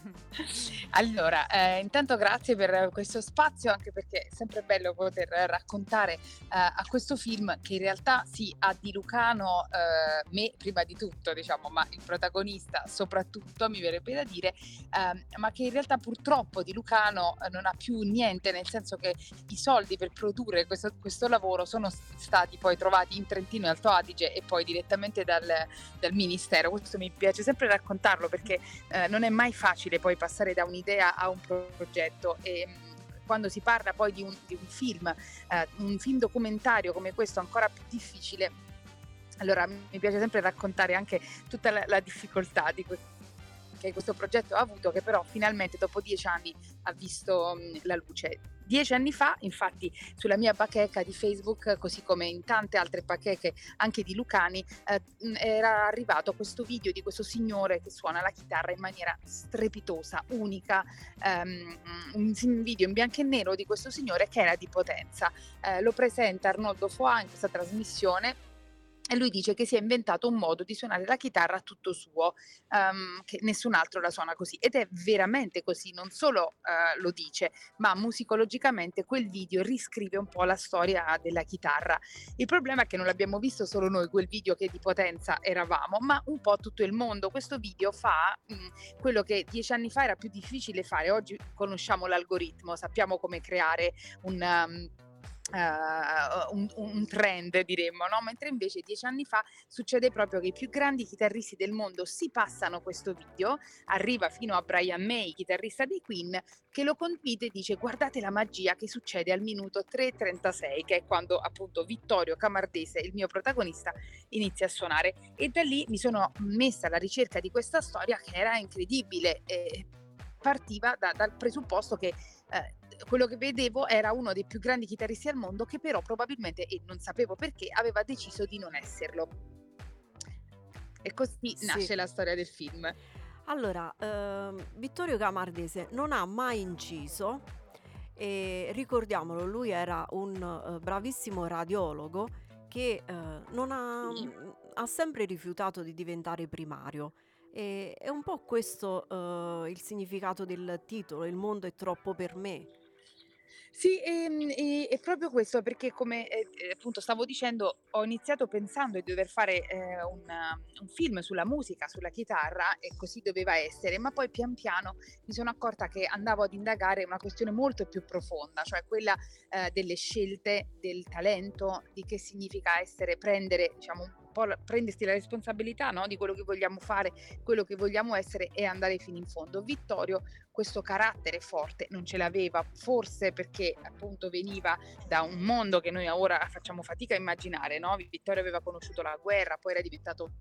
Allora, eh, intanto grazie per questo spazio, anche perché è sempre bello poter raccontare eh, a questo film che in realtà sì, ha di Lucano eh, me prima di tutto, diciamo, ma il protagonista soprattutto, mi verrebbe da dire, ehm, ma che in realtà purtroppo di Lucano eh, non ha più niente, nel senso che i soldi per produrre questo, questo lavoro sono stati poi trovati in Trentino e Alto Adige e poi direttamente dal, dal Ministero. Questo mi piace sempre raccontarlo perché eh, non è mai facile poi passare da un'idea a un progetto e mh, quando si parla poi di un, di un film, eh, un film documentario come questo ancora più difficile. Allora mi piace sempre raccontare anche tutta la, la difficoltà di que- che questo progetto ha avuto, che però finalmente dopo dieci anni ha visto mh, la luce. Dieci anni fa, infatti, sulla mia bacheca di Facebook, così come in tante altre bacheche anche di lucani, eh, mh, era arrivato questo video di questo signore che suona la chitarra in maniera strepitosa, unica, ehm, un un video in bianco e nero di questo signore che era di Potenza. Eh, lo presenta Arnoldo Foà in questa trasmissione. E lui dice che si è inventato un modo di suonare la chitarra tutto suo, ehm, che nessun altro la suona così. Ed è veramente così, non solo eh, lo dice, ma musicologicamente quel video riscrive un po' la storia della chitarra. Il problema è che non l'abbiamo visto solo noi, quel video che di Potenza eravamo, ma un po' tutto il mondo. Questo video fa mh, quello che dieci anni fa era più difficile fare. Oggi conosciamo l'algoritmo, sappiamo come creare un... Um, Uh, un, un trend, diremmo, no? Mentre invece dieci anni fa succede proprio che i più grandi chitarristi del mondo si passano questo video, arriva fino a Brian May, chitarrista dei Queen, che lo condivide e dice: guardate la magia che succede al minuto tre e trentasei, che è quando appunto Vittorio Camardese, il mio protagonista, inizia a suonare. E da lì mi sono messa alla ricerca di questa storia che era incredibile e partiva da- dal presupposto che eh, quello che vedevo era uno dei più grandi chitarristi al mondo, che però probabilmente, e non sapevo perché, aveva deciso di non esserlo. E così Sì. nasce la storia del film. Allora, ehm, Vittorio Camardese non ha mai inciso e ricordiamolo, lui era un eh, bravissimo radiologo che eh, non ha, Sì. mh, ha sempre rifiutato di diventare primario. E è un po' questo eh, il significato del titolo, Il mondo è troppo per me. Sì, ehm, e, è proprio questo, perché come eh, eh, appunto stavo dicendo, ho iniziato pensando di dover fare eh, un, uh, un film sulla musica, sulla chitarra, e così doveva essere, ma poi pian piano mi sono accorta che andavo ad indagare una questione molto più profonda, cioè quella eh, delle scelte, del talento, di che significa essere, prendere, diciamo, un po' la- prendersi la responsabilità, no, di quello che vogliamo fare, quello che vogliamo essere, e andare fino in fondo. Vittorio questo carattere forte non ce l'aveva, forse perché appunto veniva da un mondo che noi ora facciamo fatica a immaginare, no? Vittorio aveva conosciuto la guerra, poi era diventato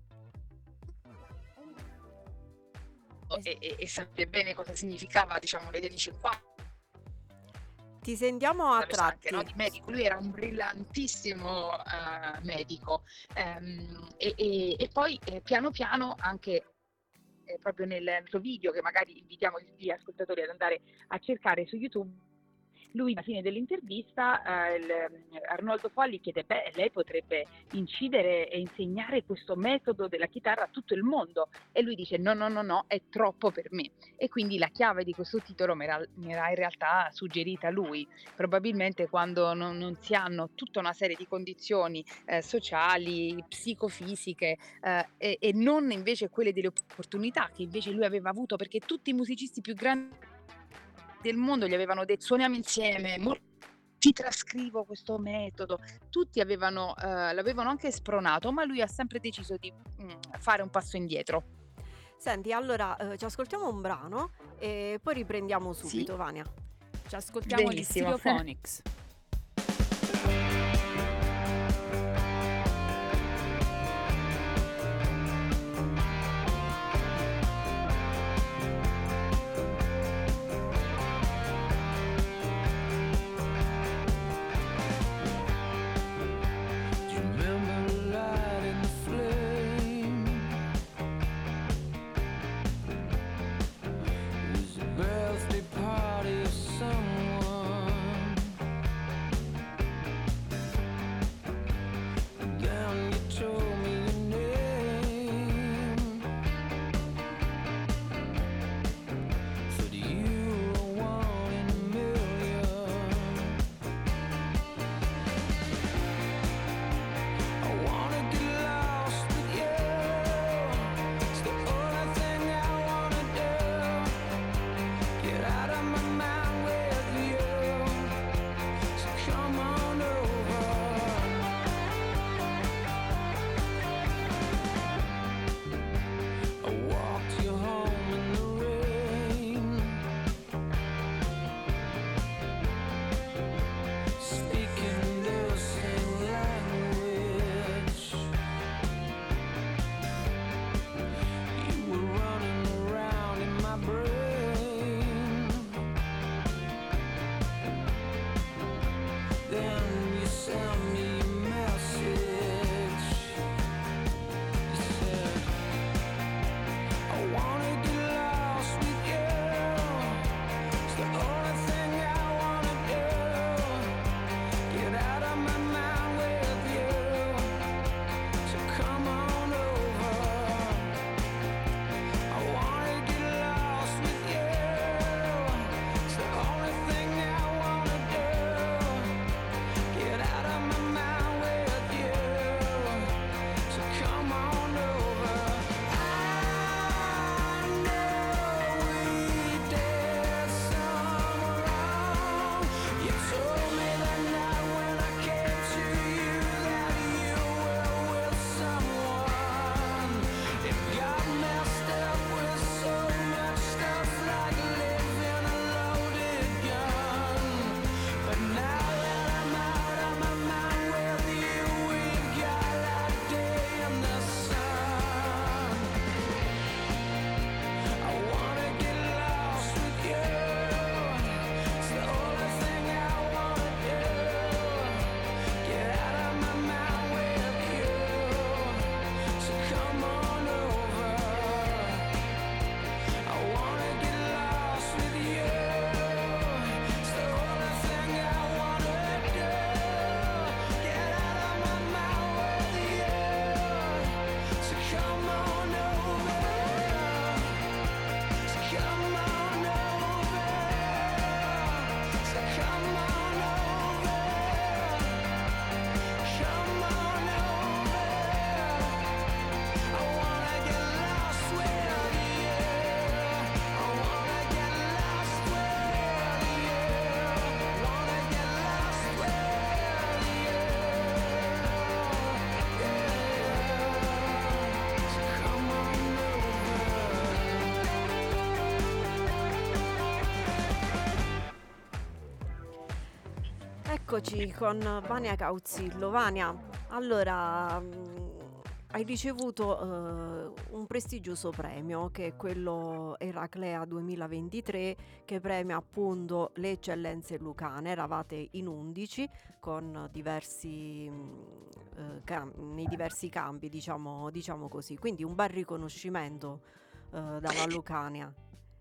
e, e, e sapeva bene cosa significava, diciamo, negli anni cinquanta. Ti sentiamo a Lo sa anche, tratti. no, di medico. Lui era un brillantissimo eh, medico. Ehm, e, e- e poi eh, piano piano anche eh, proprio nel suo video, che magari invitiamo gli ascoltatori ad andare a cercare su YouTube, lui alla fine dell'intervista, eh, il- Arnoldo Foalli chiede: beh, lei potrebbe incidere e insegnare questo metodo della chitarra a tutto il mondo, e lui dice: no, no, no, no, è troppo per me. E quindi la chiave di questo titolo mi era, mi era in realtà suggerita lui, probabilmente quando non, non si hanno tutta una serie di condizioni eh, sociali, psicofisiche, eh, e, e non invece quelle delle opportunità che invece lui aveva avuto, perché tutti i musicisti più grandi del mondo gli avevano detto: suoniamo insieme, mo- ti trascrivo questo metodo. Tutti avevano, eh, l'avevano anche spronato, ma lui ha sempre deciso di mm, fare un passo indietro. Senti, allora eh, ci ascoltiamo un brano e poi riprendiamo subito, Vania. Ci ascoltiamo gli Benissimo. Stereophonics. Do you remember the light and the flame? It was a birthday party of someone. And then you told me your name. Said you were one in a million. I wanna get lost with you. It's the only thing I wanna do. Get out of my mind with you. So come on over. I walked you home in the rain, speaking the same language. You were running around in my brain. Then you sent me a message. You said, I wanna get lost with you. It's the only thing I wanna do. Get out of my mind with you. So come on over. I wanna get lost with you. It's the only thing I wanna do. Get out of my mind. Come on over, come on over. I wanna get lost with you. I wanna get lost with you. Wanna get lost with you. Yeah. So come on Eccoci con Vania Cauzillo. Vania, allora mh, hai ricevuto eh, un prestigioso premio che è quello Eraclea duemilaventitré, che premia appunto le eccellenze lucane. Eravate in undici con diversi mh, eh, cam- nei diversi campi, diciamo, diciamo così, quindi un bel riconoscimento eh, dalla Lucania.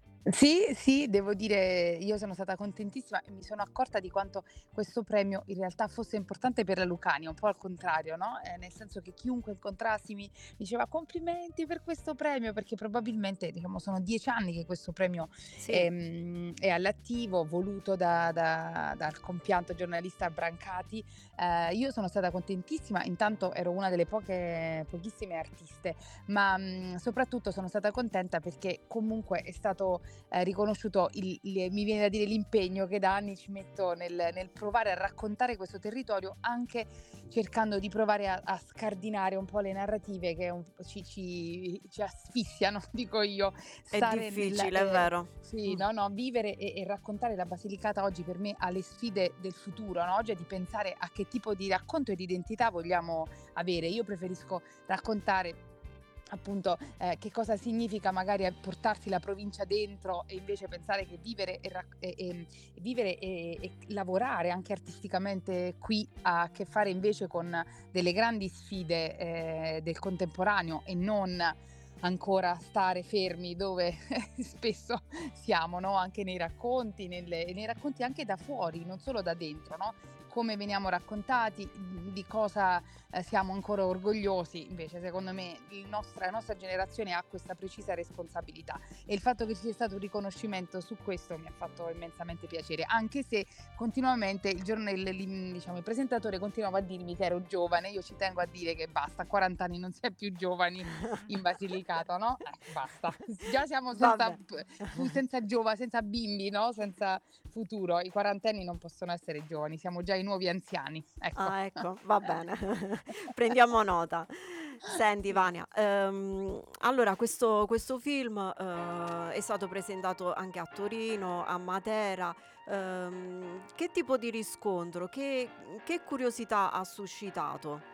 Sì, sì, devo dire, io sono stata contentissima e mi sono accorta di quanto questo premio in realtà fosse importante per la Lucania, un po' al contrario, no? Eh, nel senso che chiunque incontrassi mi diceva complimenti per questo premio, perché probabilmente, diciamo, sono dieci anni che questo premio Sì. è, mm, è all'attivo, voluto da- da- dal compianto giornalista Brancati. Eh, io sono stata contentissima, intanto ero una delle poche, pochissime artiste, ma mm, soprattutto sono stata contenta perché comunque è stato eh, riconosciuto il, il- mi viene da dire l'impegno che da anni ci metto nel, nel provare a raccontare questo territorio, anche cercando di provare a, a scardinare un po' le narrative che un po' ci, ci, ci asfissiano, dico io. È Stare difficile, nella- è eh, vero. Sì, Mm. no, no, vivere e, e raccontare la Basilicata oggi per me ha le sfide del futuro, no? Oggi è di pensare a che tipo di racconto e di identità vogliamo avere. Io preferisco raccontare appunto eh, che cosa significa magari portarsi la provincia dentro e invece pensare che vivere e, rac- e- e- e vivere e, e lavorare anche artisticamente qui ha a che fare invece con delle grandi sfide eh, del contemporaneo e non ancora stare fermi dove spesso siamo, no? Anche nei racconti, nelle- nei racconti anche da fuori, non solo da dentro, no? Come veniamo raccontati, di cosa eh, siamo ancora orgogliosi. Invece secondo me il nostra, la nostra generazione ha questa precisa responsabilità e il fatto che ci sia stato un riconoscimento su questo mi ha fatto immensamente piacere, anche se continuamente il, giorno, il, il- diciamo, il presentatore continuava a dirmi che ero giovane. Io ci tengo a dire che basta, a quaranta anni non si è più giovani in Basilicata, no? Eh, basta, già siamo senza, Vabbè. senza giova, senza bimbi, no? Senza futuro. I quarantenni non possono essere giovani, siamo già i nuovi anziani, ecco. Ah, ecco, va bene. Prendiamo nota. Senti, Sì. Vania, ehm, allora questo, questo film eh, è stato presentato anche a Torino, a Matera. Ehm, che tipo di riscontro, che, che curiosità ha suscitato?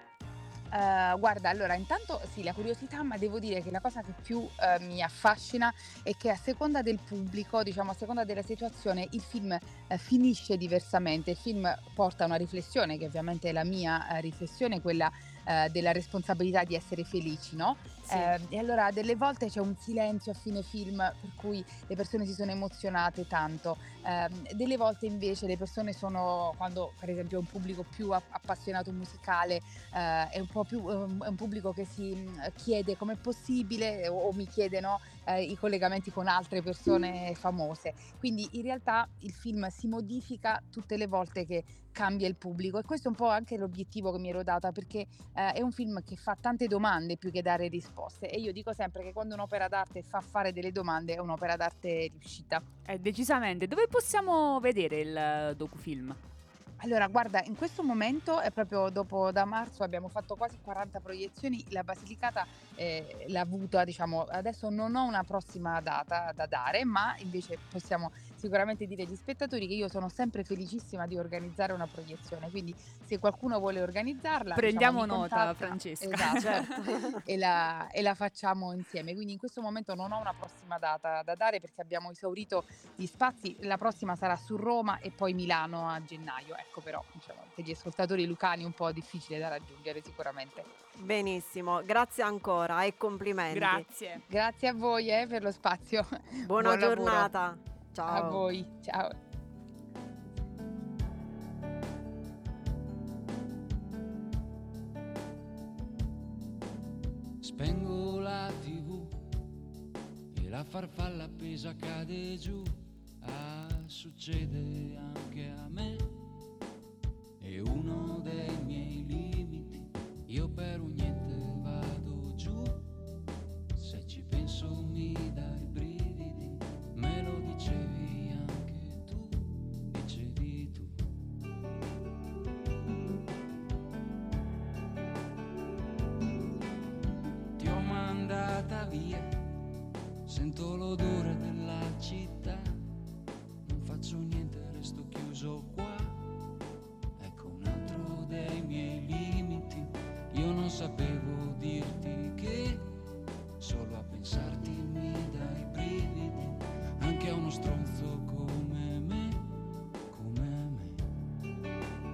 Eh, guarda, allora intanto sì, la curiosità, ma devo dire che la cosa che più eh, mi affascina è che a seconda del pubblico, diciamo a seconda della situazione, il film eh, finisce diversamente. Il film porta una riflessione, che ovviamente è la mia eh, riflessione, quella eh, della responsabilità di essere felici, no? Sì. Eh, e allora delle volte c'è un silenzio a fine film per cui le persone si sono emozionate tanto. Eh, delle volte invece le persone sono, quando per esempio è un pubblico più a- appassionato musicale, eh, è un po' più ehm, è un pubblico che si mh, chiede com'è possibile o, o mi chiede, no, eh, i collegamenti con altre persone famose. Quindi in realtà il film si modifica tutte le volte che cambia il pubblico, e questo è un po' anche l'obiettivo che mi ero data, perché eh, è un film che fa tante domande più che dare risposte, e io dico sempre che quando un'opera d'arte fa fare delle domande è un'opera d'arte riuscita. Eh, decisamente. Dove possiamo vedere il eh, docufilm? Allora, guarda, in questo momento è proprio dopo, da marzo abbiamo fatto quasi quaranta proiezioni. La Basilicata eh, l'ha avuta, diciamo, adesso non ho una prossima data da dare, ma invece possiamo sicuramente dire agli spettatori che io sono sempre felicissima di organizzare una proiezione, quindi se qualcuno vuole organizzarla, Prendiamo diciamo, mi nota, contatta. Francesca. Esatto. Certo. e, la, e la facciamo insieme. Quindi in questo momento non ho una prossima data da dare perché abbiamo esaurito gli spazi. La prossima sarà su Roma e poi Milano a gennaio. Ecco, però diciamo, per gli ascoltatori lucani è un po' difficile da raggiungere sicuramente. Benissimo, grazie ancora e complimenti. Grazie. Grazie a voi eh, per lo spazio. Buona Buon lavoro. giornata. Ciao. A voi, ciao. Spengo la tivù e la farfalla appesa cade giù. Ah, succede anche a me. sapevo dirti che solo a pensarti mi dai brividi, anche a uno stronzo come me, come me.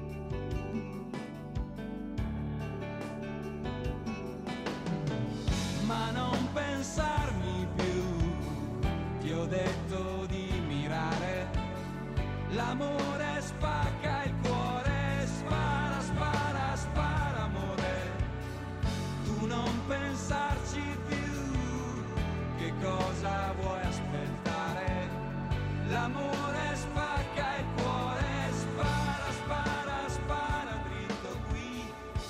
Ma non pensarmi più, ti ho detto di mirare, l'amore spacca il cuore, spara, spara, spara amore, tu non pensarci più, che cosa vuoi aspettare, l'amore spacca il cuore, spara, spara, spara dritto qui.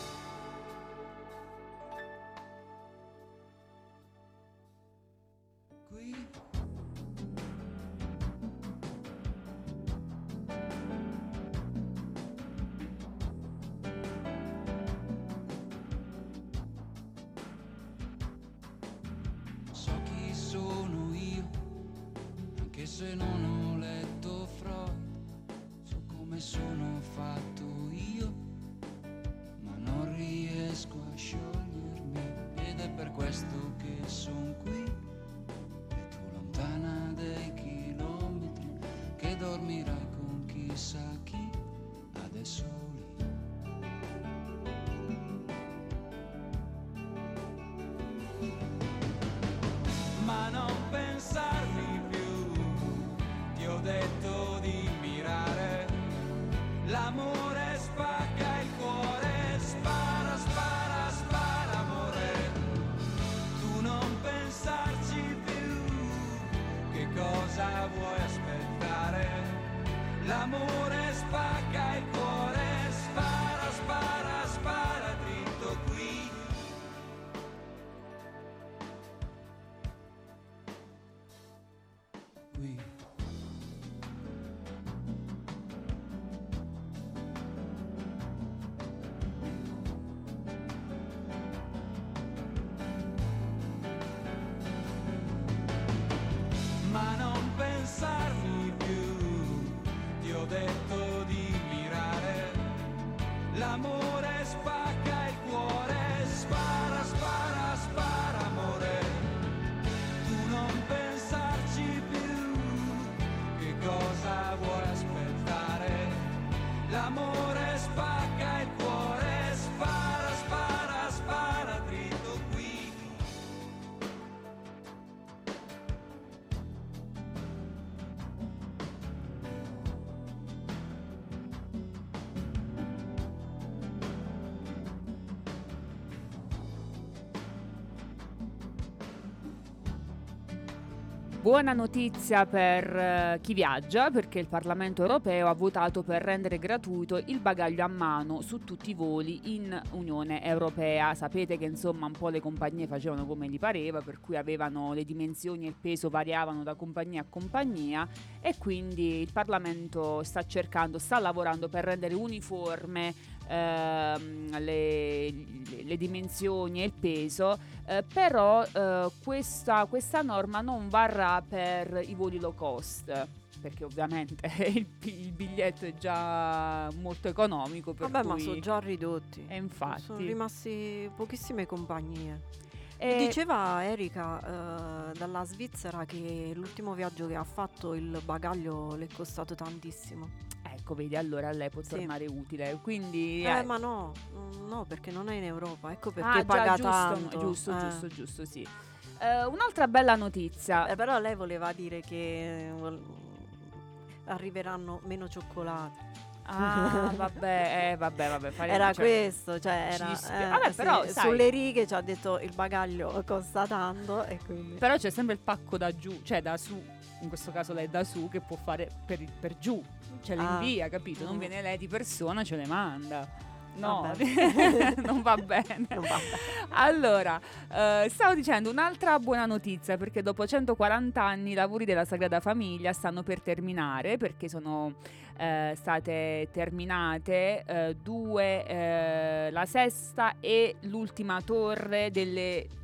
Qui. So chi sono io, anche se non ho letto Freud, so come sono fatto io, ma non riesco a sciogliermi, ed è per questo che son qui, e tu lontana dei chilometri, che dormirai con chissà chi, adesso lì. Ma non pensarmi più, ti ho detto di mirare, l'amore spacca il cuore, spara, spara, spara amore, tu non pensarci più, che cosa vuoi aspettare, l'amore spacca il cuore, spara, spara, spara dritto qui. Qui. Ma non pensarmi più, ti ho detto di mirare, l'amore spacca il cuore, spara, spara, spara amore, tu non pensarci più, che cosa vuoi aspettare, l'amore spacca il cuore, spara, spara, spara dritto qui. Buona notizia per eh, chi viaggia, perché il Parlamento europeo ha votato per rendere gratuito il bagaglio a mano su tutti i voli in Unione Europea. Sapete che insomma un po' le compagnie facevano come gli pareva, per cui avevano le dimensioni e il peso variavano da compagnia a compagnia, e quindi il Parlamento sta cercando, sta lavorando per rendere uniforme ehm, le, le, le dimensioni e il peso, eh, però eh, questa, questa norma non varrà per i voli low cost, perché ovviamente il, il biglietto è già molto economico, per Vabbè, cui... ma sono già ridotti. E infatti Sono rimasti pochissime compagnie. E- Diceva Erika eh, dalla Svizzera che l'ultimo viaggio che ha fatto il bagaglio le è costato tantissimo. Ecco, vedi, allora a lei può Sì. tornare utile, quindi... Eh, ma no, mm, no, perché non è in Europa. Ecco perché ah, già, paga giusto, tanto. giusto, Eh. giusto, giusto, sì. Eh, un'altra bella notizia. Eh, però lei voleva dire che eh, vol- arriveranno meno cioccolati. Ah, vabbè, eh, vabbè, vabbè. fare- Era cioè, questo, cioè ci era dispia- eh, vabbè, sì, però, sai- sulle righe ci ha detto il bagaglio costa tanto e quindi Però c'è sempre il pacco da giù, cioè da su, in questo caso lei da su, che può fare per, il- per giù, ce le Ah. invia, capito? Non Mm. viene lei di persona, ce le manda. No, Vabbè. non va bene. Non va bene. Allora, eh, stavo dicendo un'altra buona notizia, perché dopo centoquaranta anni i lavori della Sagrada Famiglia stanno per terminare, perché sono eh, state terminate eh, due, eh, la sesta e l'ultima torre delle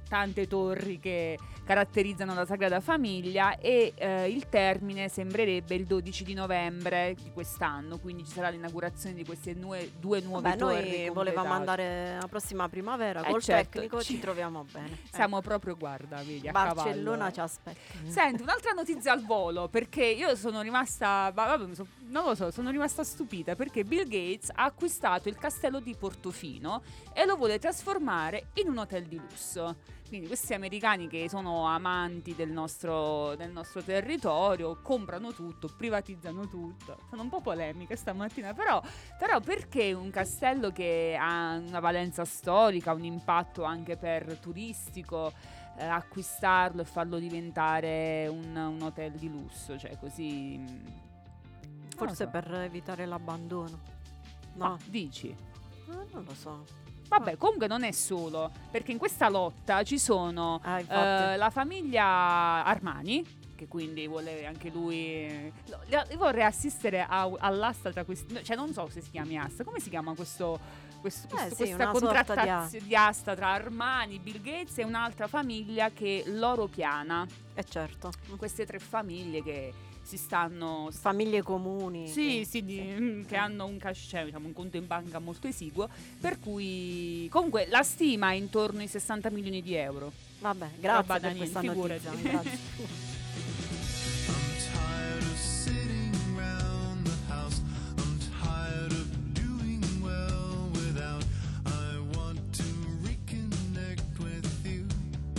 tante torri che caratterizzano la Sagrada Famiglia, e eh, il termine sembrerebbe il dodici di novembre di quest'anno, quindi ci sarà l'inaugurazione di queste nue, due nuove Beh, torri noi completate. volevamo andare la prossima primavera, Eh, col certo, tecnico ci ci- troviamo bene. Siamo proprio, guarda, vedi, a Barcellona cavallo. ci aspetta. Senti, un'altra notizia al volo, perché io sono rimasta, va- vabbè, mi so- non lo so, sono rimasta stupita perché Bill Gates ha acquistato il castello di Portofino e lo vuole trasformare in un hotel di lusso. Quindi questi americani che sono amanti del nostro, del nostro territorio comprano tutto, privatizzano tutto. Sono un po' polemiche stamattina, però, però perché un castello che ha una valenza storica, un impatto anche per turistico, eh, acquistarlo e farlo diventare un, un hotel di lusso, cioè così... mm, non lo Forse so. per evitare l'abbandono. Ma No, dici? Eh, non lo so. Vabbè, comunque non è solo, perché in questa lotta ci sono Ah, infatti. eh, la famiglia Armani, che quindi vuole anche lui... no, io vorrei assistere a- all'asta tra questi... no, cioè non so se si chiami asta, come si chiama questo... questo- Eh, questo- sì, questa una sorta di contrattazione di asta tra Armani, Bill Gates e un'altra famiglia che è Loro Piana. Eh certo. Queste tre famiglie che si stanno... Famiglie comuni. Sì, che- sì, di- mm, che hanno un cash, cioè, diciamo, un conto in banca molto esiguo, per cui comunque la stima è intorno ai sessanta milioni di euro. Vabbè, Roba grazie da per niente, questa notizia. figurati. Grazie. I'm tired of sitting round the house. I'm tired of doing well without. I want to reconnect with you.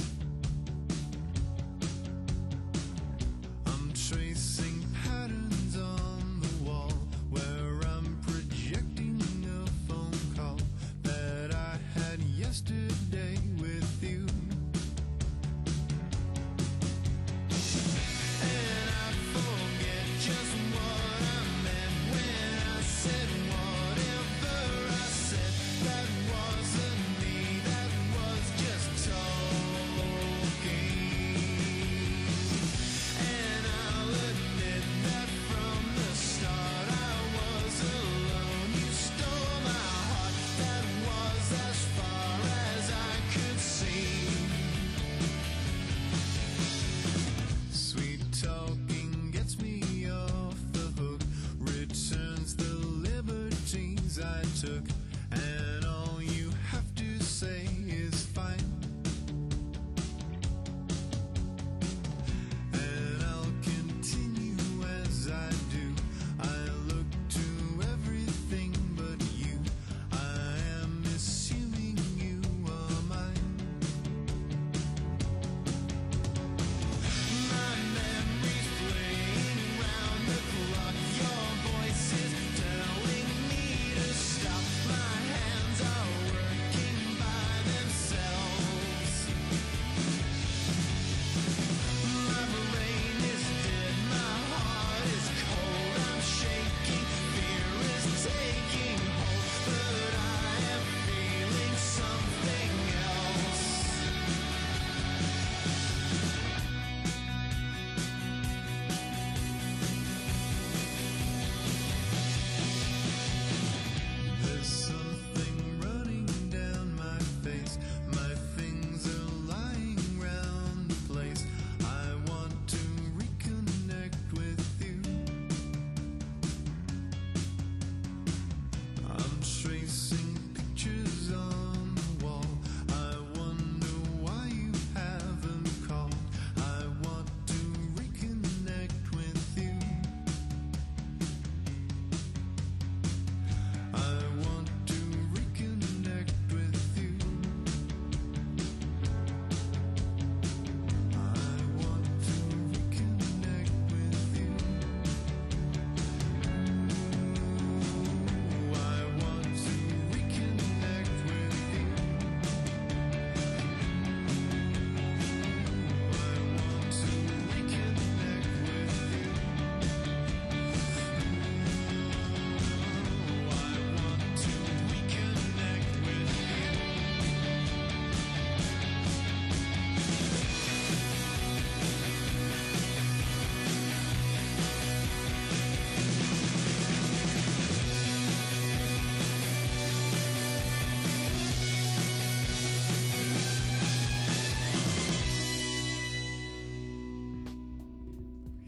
I'm tracing patterns on the wall where I'm projecting a phone call that I had yesterday with you.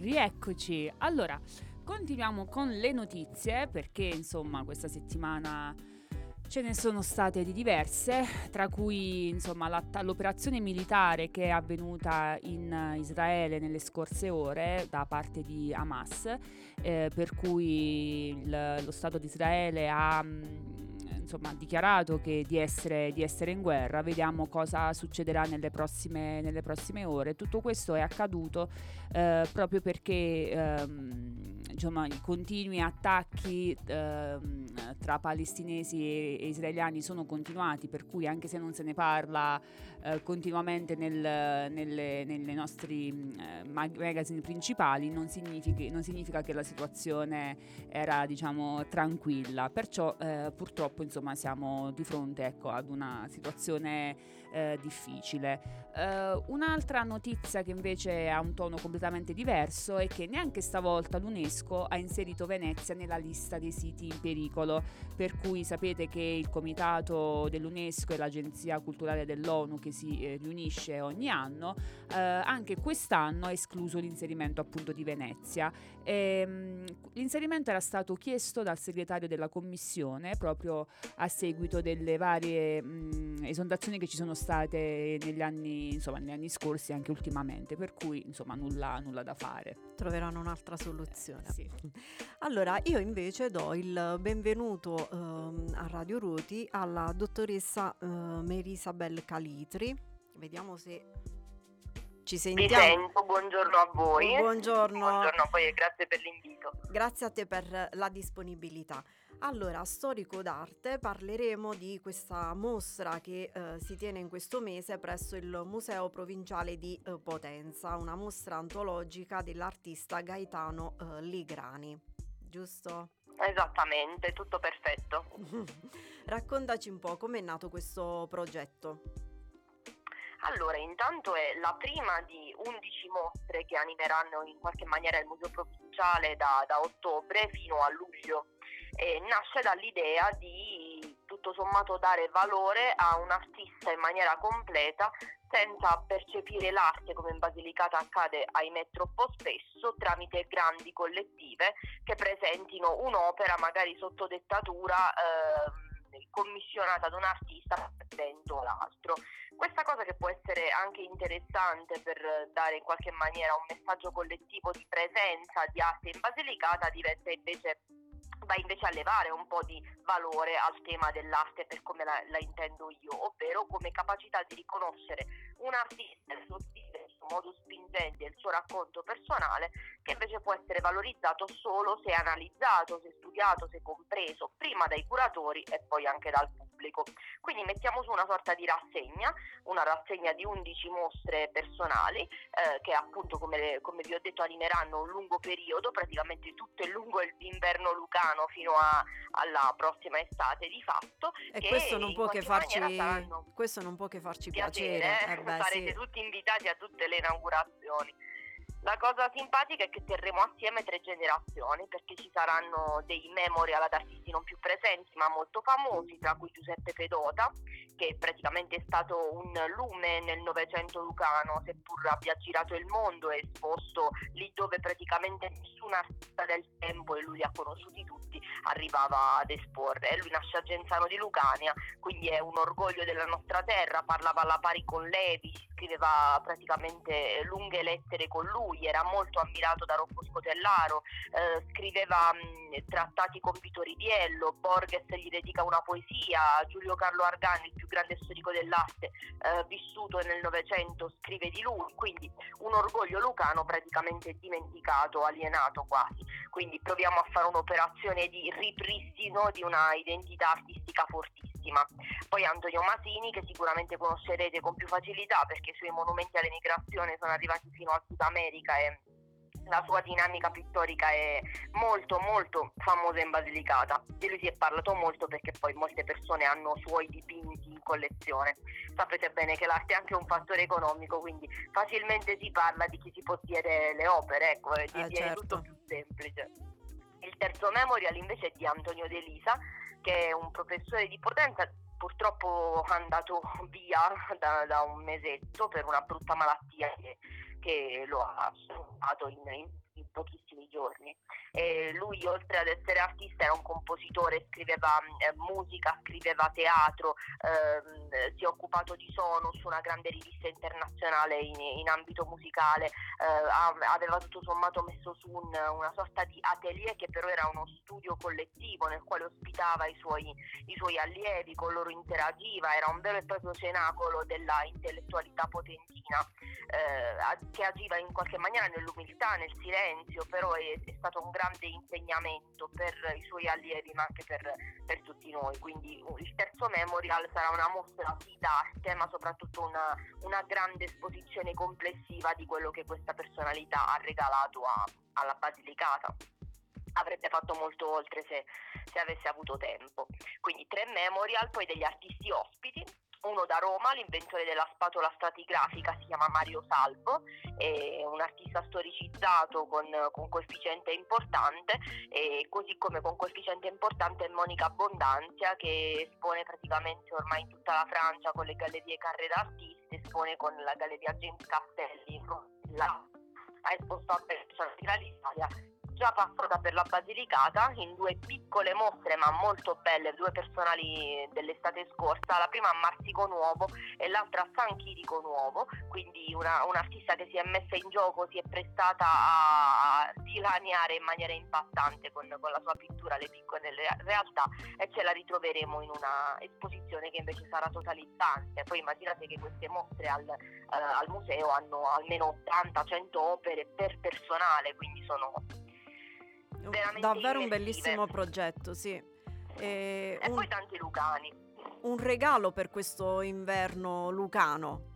rieccoci. Allora, continuiamo con le notizie perché insomma questa settimana ce ne sono state di diverse, tra cui insomma la- l'operazione militare che è avvenuta in Israele nelle scorse ore da parte di Hamas, eh, per cui il- lo Stato di Israele ha mh, insomma dichiarato che di essere, di essere in guerra. Vediamo cosa succederà nelle prossime, nelle prossime ore. Tutto questo è accaduto eh, proprio perché ehm, insomma, i continui attacchi ehm, tra palestinesi e, e israeliani sono continuati, per cui anche se non se ne parla eh, continuamente nel, nelle, nelle nostri eh, mag- magazine principali, non significa, non significa che la situazione era, diciamo, tranquilla. Perciò eh, purtroppo insomma siamo di fronte, ecco, ad una situazione eh, difficile. Eh, un'altra notizia che invece ha un tono completamente diverso è che neanche stavolta l'UNESCO ha inserito Venezia nella lista dei siti in pericolo, per cui sapete che il comitato dell'UNESCO e l'Agenzia Culturale dell'ONU che si eh, riunisce ogni anno, eh, anche quest'anno ha escluso l'inserimento appunto di Venezia. Ehm, l'inserimento era stato chiesto dal segretario della commissione proprio a seguito delle varie mh, esondazioni che ci sono state negli anni, insomma, negli anni scorsi e anche ultimamente, per cui insomma nulla, nulla da fare. Troveranno un'altra soluzione. Eh, sì. Allora, io invece do il benvenuto ehm, a Radio Ruoti alla dottoressa eh, Merisabel Calitri. Vediamo se ci Vi sentiamo. sento, buongiorno a voi. Buongiorno. Buongiorno a voi e grazie per l'invito. Grazie a te per la disponibilità. Allora, Storico d'Arte, parleremo di questa mostra che eh, si tiene in questo mese presso il Museo Provinciale di eh, Potenza, una mostra antologica dell'artista Gaetano eh, Ligrani, giusto? Esattamente, tutto perfetto. Raccontaci un po' com'è nato questo progetto. Allora, intanto è la prima di undici mostre che animeranno in qualche maniera il Museo Provinciale da, da ottobre fino a luglio. E nasce dall'idea di tutto sommato dare valore a un artista in maniera completa senza percepire l'arte, come in Basilicata accade ahimè troppo spesso, tramite grandi collettive che presentino un'opera magari sotto dettatura eh, commissionata ad un artista presento l'altro. Questa cosa che può essere anche interessante per dare in qualche maniera un messaggio collettivo di presenza di arte in Basilicata diventa invece va invece a levare un po' di valore al tema dell'arte per come la, la intendo io, ovvero come capacità di riconoscere un artista, il suo stile, il suo modo spingente, il suo racconto personale, che invece può essere valorizzato solo se analizzato, se studiato, se compreso prima dai curatori e poi anche dal pubblico. Quindi mettiamo su una sorta di rassegna, una rassegna di undici mostre personali eh, che appunto come, come vi ho detto animeranno un lungo periodo, praticamente tutto il lungo l'inverno lucano fino a, alla prossima estate di fatto. E che questo non in può che qualche farci maniera saranno questo non può che farci piacere, piacere. eh? Eh beh, Sarete sì. tutti invitati a tutte le inaugurazioni. La cosa simpatica è che terremo assieme tre generazioni, perché ci saranno dei memorial ad artisti non più presenti ma molto famosi, tra cui Giuseppe Pedota, che praticamente è stato un lume nel Novecento lucano, seppur abbia girato il mondo e esposto lì dove praticamente nessun artista del tempo, e lui li ha conosciuti tutti, arrivava ad esporre. E lui nasce a Genzano di Lucania, quindi è un orgoglio della nostra terra, parlava alla pari con Levi, scriveva praticamente lunghe lettere con lui, era molto ammirato da Rocco Scotellaro, eh, scriveva mh, trattati con Vito Riviello, Borges gli dedica una poesia, Giulio Carlo Argani, il più grande storico dell'arte eh, vissuto nel Novecento, scrive di lui, quindi un orgoglio lucano praticamente dimenticato, alienato quasi. Quindi proviamo a fare un'operazione di ripristino di una identità artistica fortissima. Poi Antonio Masini, che sicuramente conoscerete con più facilità perché i suoi monumenti all'emigrazione sono arrivati fino al Sud America e la sua dinamica pittorica è molto molto famosa in Basilicata. Di lui si è parlato molto perché poi molte persone hanno suoi dipinti in collezione. Sapete bene che l'arte è anche un fattore economico, quindi facilmente si parla di chi si possiede le opere, ecco, e Eh, diviene certo. tutto più semplice. Il terzo memorial invece è di Antonio De Lisa, che è un professore di Potenza, purtroppo andato via da, da un mesetto per una brutta malattia che, che lo ha sfruttato in, in in pochissimi giorni. E lui, oltre ad essere artista, era un compositore, scriveva eh, musica, scriveva teatro, ehm, si è occupato di sono su una grande rivista internazionale in, in ambito musicale, eh, aveva tutto sommato messo su un, una sorta di atelier che però era uno studio collettivo nel quale ospitava i suoi, i suoi allievi, con loro interagiva, era un vero e proprio cenacolo della intellettualità potentina, eh, che agiva in qualche maniera nell'umiltà, nel silenzio, però è, è stato un grande insegnamento per i suoi allievi ma anche per, per tutti noi. Quindi il terzo Memorial sarà una mostra sì d'arte ma soprattutto una, una grande esposizione complessiva di quello che questa personalità ha regalato a, alla Basilicata. Avrebbe fatto molto oltre se, se avesse avuto tempo. Quindi tre Memorial, poi degli artisti ospiti. Uno da Roma, l'inventore della spatola stratigrafica, si chiama Mario Salvo, è un artista storicizzato con, con coefficiente importante, e così come con coefficiente importante è Monica Abbondanzia, che espone praticamente ormai in tutta la Francia con le gallerie Carré d'Artiste, espone con la galleria James Castelli, la, ha esposto a personalità d'Italia. Già passata per la Basilicata in due piccole mostre ma molto belle, due personali dell'estate scorsa, la prima a Marsico Nuovo e l'altra a San Chirico Nuovo, quindi una, un'artista che si è messa in gioco, si è prestata a dilaniare in maniera impattante con, con la sua pittura le piccole realtà, e ce la ritroveremo in una esposizione che invece sarà totalizzante. Poi immaginate che queste mostre al, eh, al museo hanno almeno ottanta cento opere per personale, quindi sono veramente davvero un immersive. bellissimo progetto, sì. E, e un, poi tanti lucani. Un regalo per questo inverno lucano.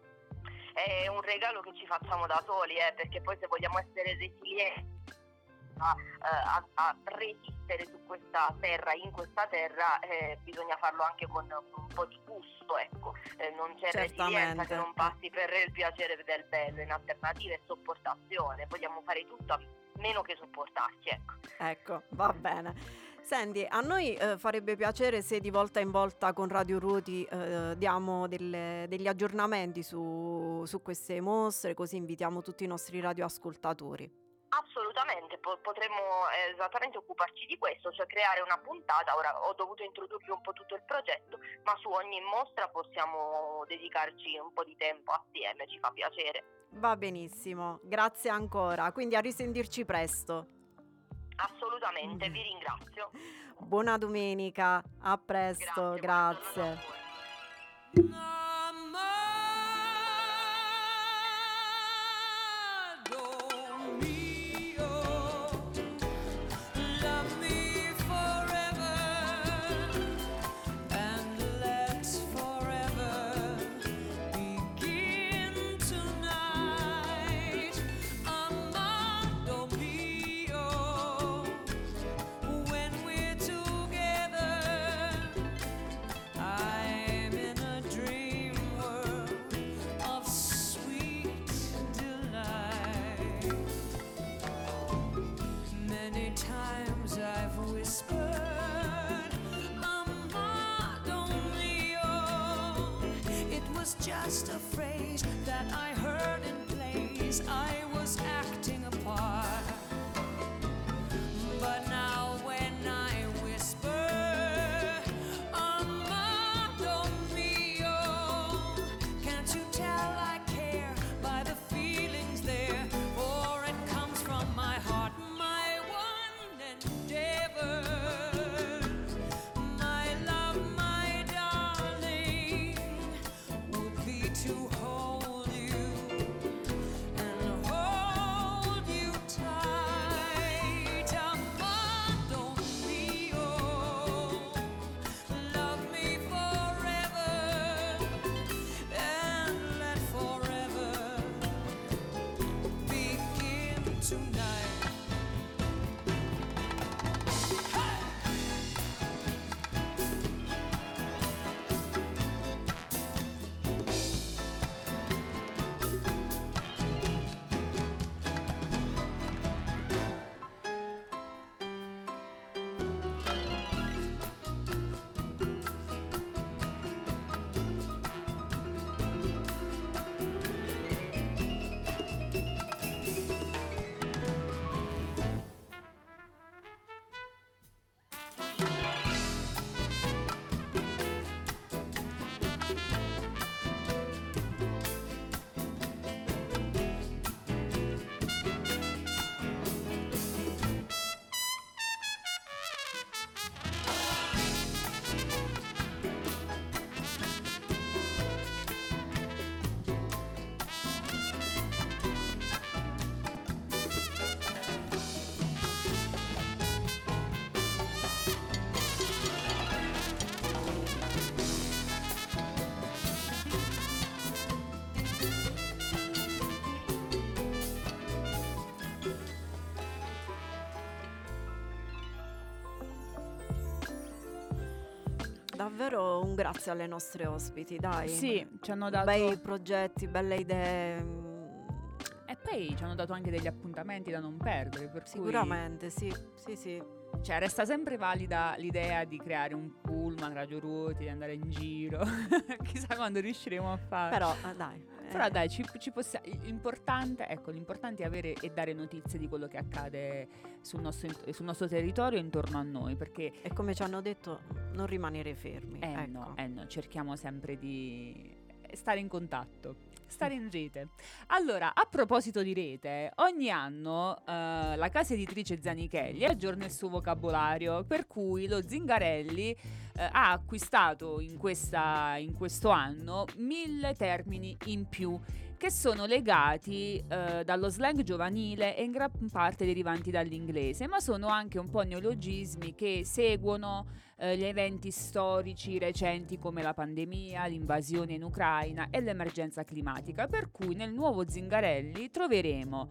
È un regalo che ci facciamo da soli, eh, perché poi se vogliamo essere resilienti a, a, a resistere su questa terra, in questa terra, eh, bisogna farlo anche con un po' di gusto, ecco. Eh, non c'è resilienza che non passi per il piacere del bello, in alternativa è sopportazione, vogliamo fare tutto a meno che sopportarci, ecco. Ecco, va bene. Senti, a noi eh, farebbe piacere se di volta in volta con Radio Ruoti eh, diamo delle, degli aggiornamenti su, su queste mostre, così invitiamo tutti i nostri radioascoltatori. Assolutamente, po- potremmo esattamente occuparci di questo, cioè creare una puntata. Ora ho dovuto introdurvi un po' tutto il progetto, ma su ogni mostra possiamo dedicarci un po' di tempo assieme, ci fa piacere. Va benissimo, grazie ancora, quindi a risentirci presto. Assolutamente, vi ringrazio. Buona domenica, a presto, grazie. grazie. Just a phrase that I heard in plays I was acting a part, but now when I whisper Amado mio, can't you tell I care by the feelings there, for it comes from my heart, my one endeavor. To hold you and hold Davvero un grazie alle nostre ospiti, dai. Sì, ci hanno dato bei progetti, belle idee. mm, e poi ci hanno dato anche degli appuntamenti da non perdere, per cui Sicuramente, sì, sì, sì. cioè resta sempre valida l'idea di creare un pullman Radio Ruoti, di andare in giro. Chissà quando riusciremo a farlo. Però, eh, dai. Però eh, dai, ci, ci possiamo. L'importante, ecco, l'importante è avere e dare notizie di quello che accade sul nostro, sul nostro territorio e intorno a noi, perché E come ci hanno detto, non rimanere fermi. eh, ecco. no, eh no, cerchiamo sempre di stare in contatto, stare in rete. Allora, a proposito di rete, ogni anno eh, la casa editrice Zanichelli aggiorna il suo vocabolario, per cui lo Zingarelli eh, ha acquistato in, questa, in questo anno mille termini in più, che sono legati eh, dallo slang giovanile e in gran parte derivanti dall'inglese, ma sono anche un po' neologismi che seguono eh, gli eventi storici recenti come la pandemia, l'invasione in Ucraina e l'emergenza climatica, per cui nel nuovo Zingarelli troveremo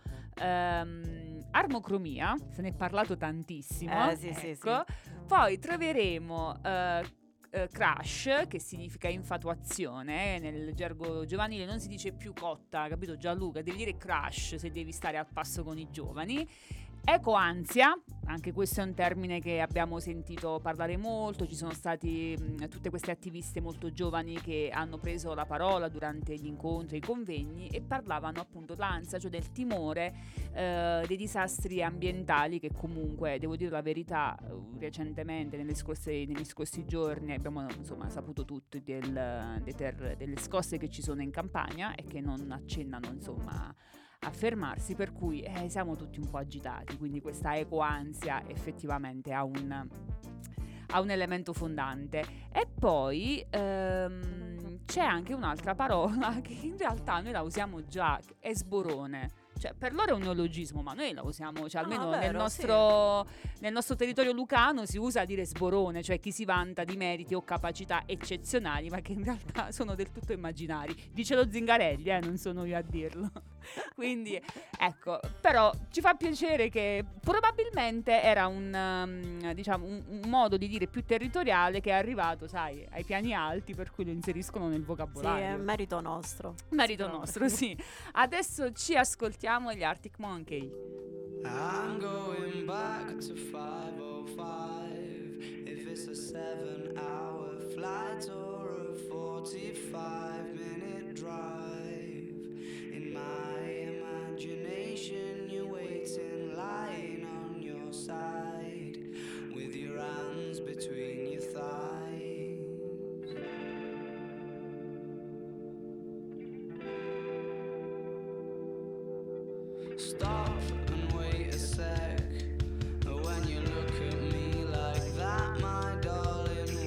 ehm, armocromia, se ne è parlato tantissimo, Eh, sì, sì, ecco. Poi troveremo eh, eh, crush, che significa infatuazione, eh, nel gergo giovanile non si dice più cotta, capito Gianluca? Devi dire crush se devi stare al passo con i giovani. Ecoansia, anche questo è un termine che abbiamo sentito parlare molto, ci sono stati mh, tutte queste attiviste molto giovani che hanno preso la parola durante gli incontri, i convegni, e parlavano appunto dell'ansia, cioè del timore eh, dei disastri ambientali che comunque, devo dire la verità, eh, recentemente, nelle scorse, negli scorsi giorni abbiamo insomma saputo tutto del, dei ter- delle scosse che ci sono in Campania e che non accennano insomma a fermarsi, per cui eh, siamo tutti un po' agitati, quindi questa ecoansia effettivamente ha un, ha un elemento fondante. E poi ehm, c'è anche un'altra parola che in realtà noi la usiamo già, è sborone. Cioè, per loro è un neologismo, ma noi la usiamo, cioè almeno Ah, nel, vero, nostro, nel nostro territorio lucano si usa a dire sborone, cioè chi si vanta di meriti o capacità eccezionali, ma che in realtà sono del tutto immaginari. Dice lo Zingarelli, eh, non sono io a dirlo. Quindi, ecco, però ci fa piacere che probabilmente era un, um, diciamo, un, un modo di dire più territoriale che è arrivato, sai, ai piani alti, per cui lo inseriscono nel Sì, vocabolario. è merito nostro. Merito Sicuramente. nostro, sì. Adesso ci ascoltiamo gli Arctic Monkey. I'm going back to five oh five. If it's a seven hour flight or a forty-five minute drive, in my imagination you're waiting, lying on your side, with your hands between your thighs. Stop and wait a sec. When you look at me like that, my darling,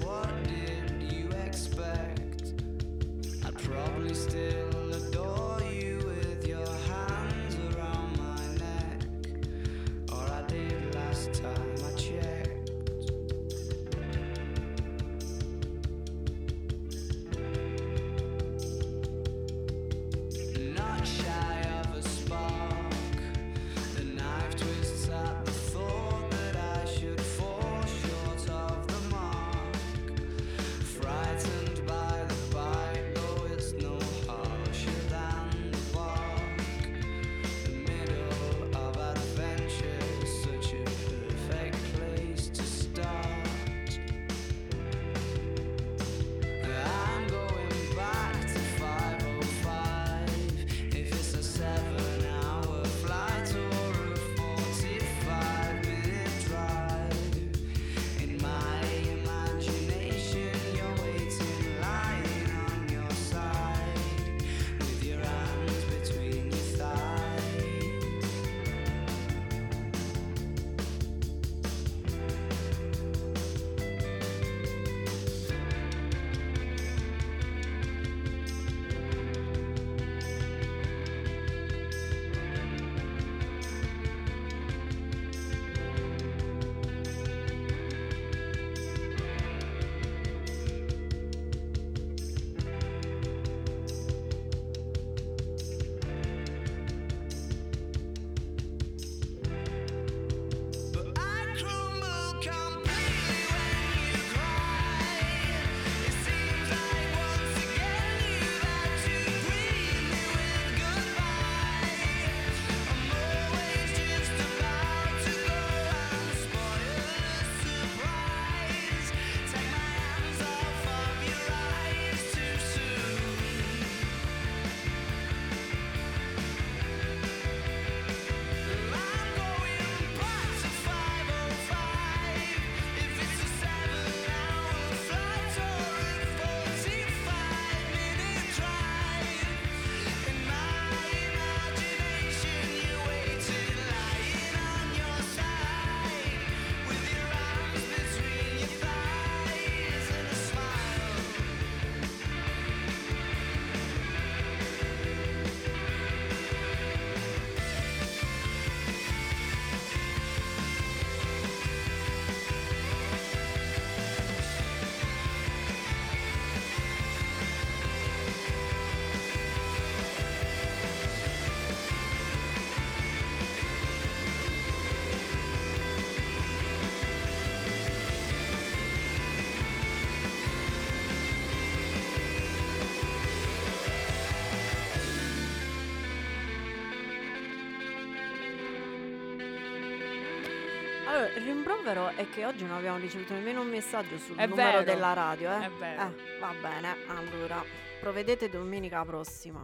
Però il rimprovero è che oggi non abbiamo ricevuto nemmeno un messaggio sul È numero vero, della radio, eh? è vero. Eh, va bene, allora provvedete domenica prossima.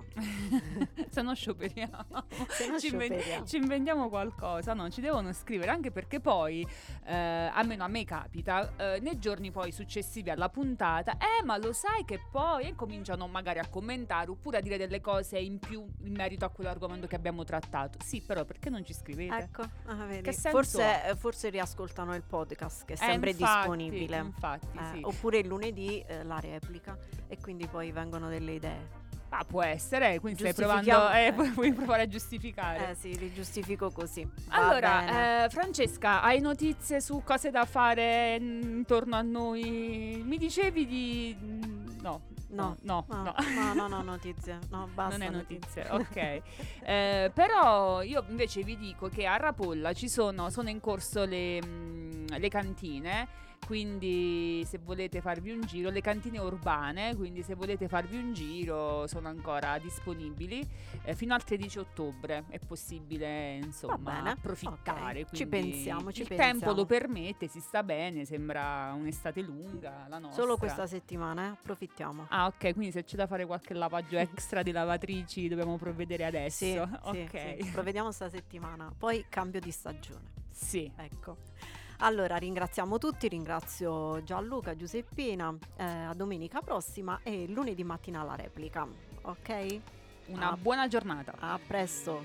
Se no scioperiamo. Se no ci, inven- scioperiamo. ci inventiamo qualcosa, no? Ci devono scrivere, anche perché poi, eh, almeno a me capita, eh, nei giorni poi successivi alla puntata, eh ma lo sai che poi, e cominciano magari a commentare oppure a dire delle cose in più in merito a quell'argomento che abbiamo trattato. Sì, però perché non ci scrivete? Ecco, ah, vedi. Che senso forse, ha? eh, forse riascoltano il podcast che è Eh, sempre infatti, disponibile. infatti, Eh, sì. Oppure il lunedì eh, la replica e quindi poi vengono delle idee. Ah, può essere, quindi stai Giustifichiamo- provando, eh, eh. pu- puoi provare a giustificare. Eh sì, li giustifico così. Va Allora, bene. eh, Francesca, hai notizie su cose da fare mm, intorno a noi? Mi dicevi di... mm, No, No, no, no, no, no. no, no, no, notizie. No, basta. Non è notizie, ok. Eh, però io invece vi dico che a Rapolla ci sono, sono in corso le, mm, le cantine, quindi se volete farvi un giro, le cantine urbane, quindi se volete farvi un giro sono ancora disponibili eh, fino al tredici ottobre, è possibile insomma bene, approfittare. ok. Ci quindi pensiamo, ci il pensiamo. tempo lo permette, si sta bene, sembra un'estate lunga la nostra. Solo questa settimana, eh? Approfittiamo. Ah, ok, quindi se c'è da fare qualche lavaggio extra di lavatrici dobbiamo provvedere adesso. Sì, ok. sì, sì. Provvediamo sta settimana. Poi cambio di stagione. Sì. Ecco. Allora ringraziamo tutti, ringrazio Gianluca, Giuseppina, eh, a domenica prossima e lunedì mattina la replica. Ok? Una A- buona giornata. A presto.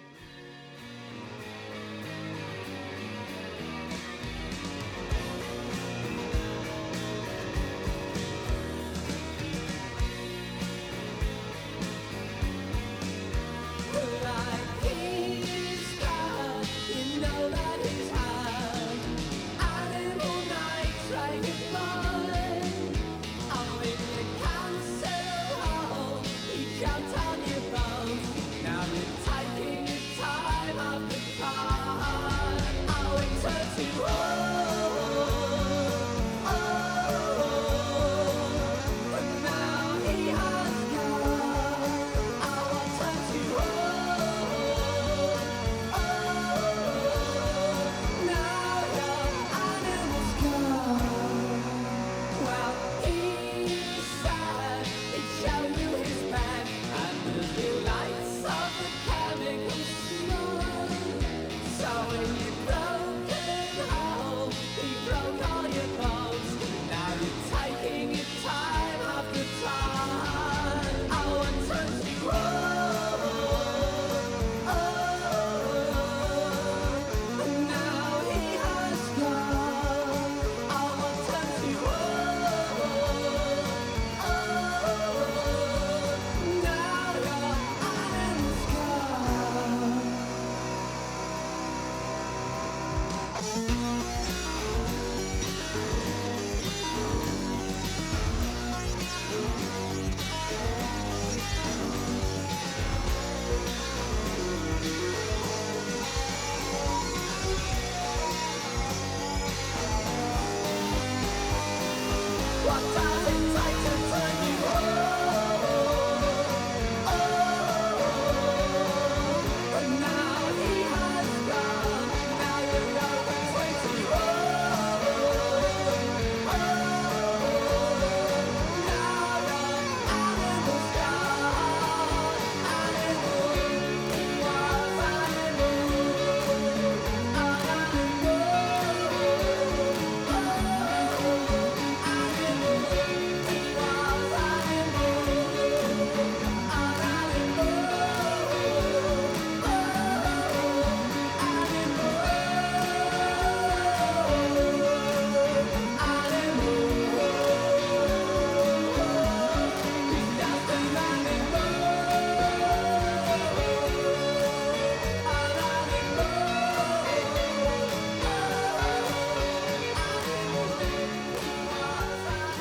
What time?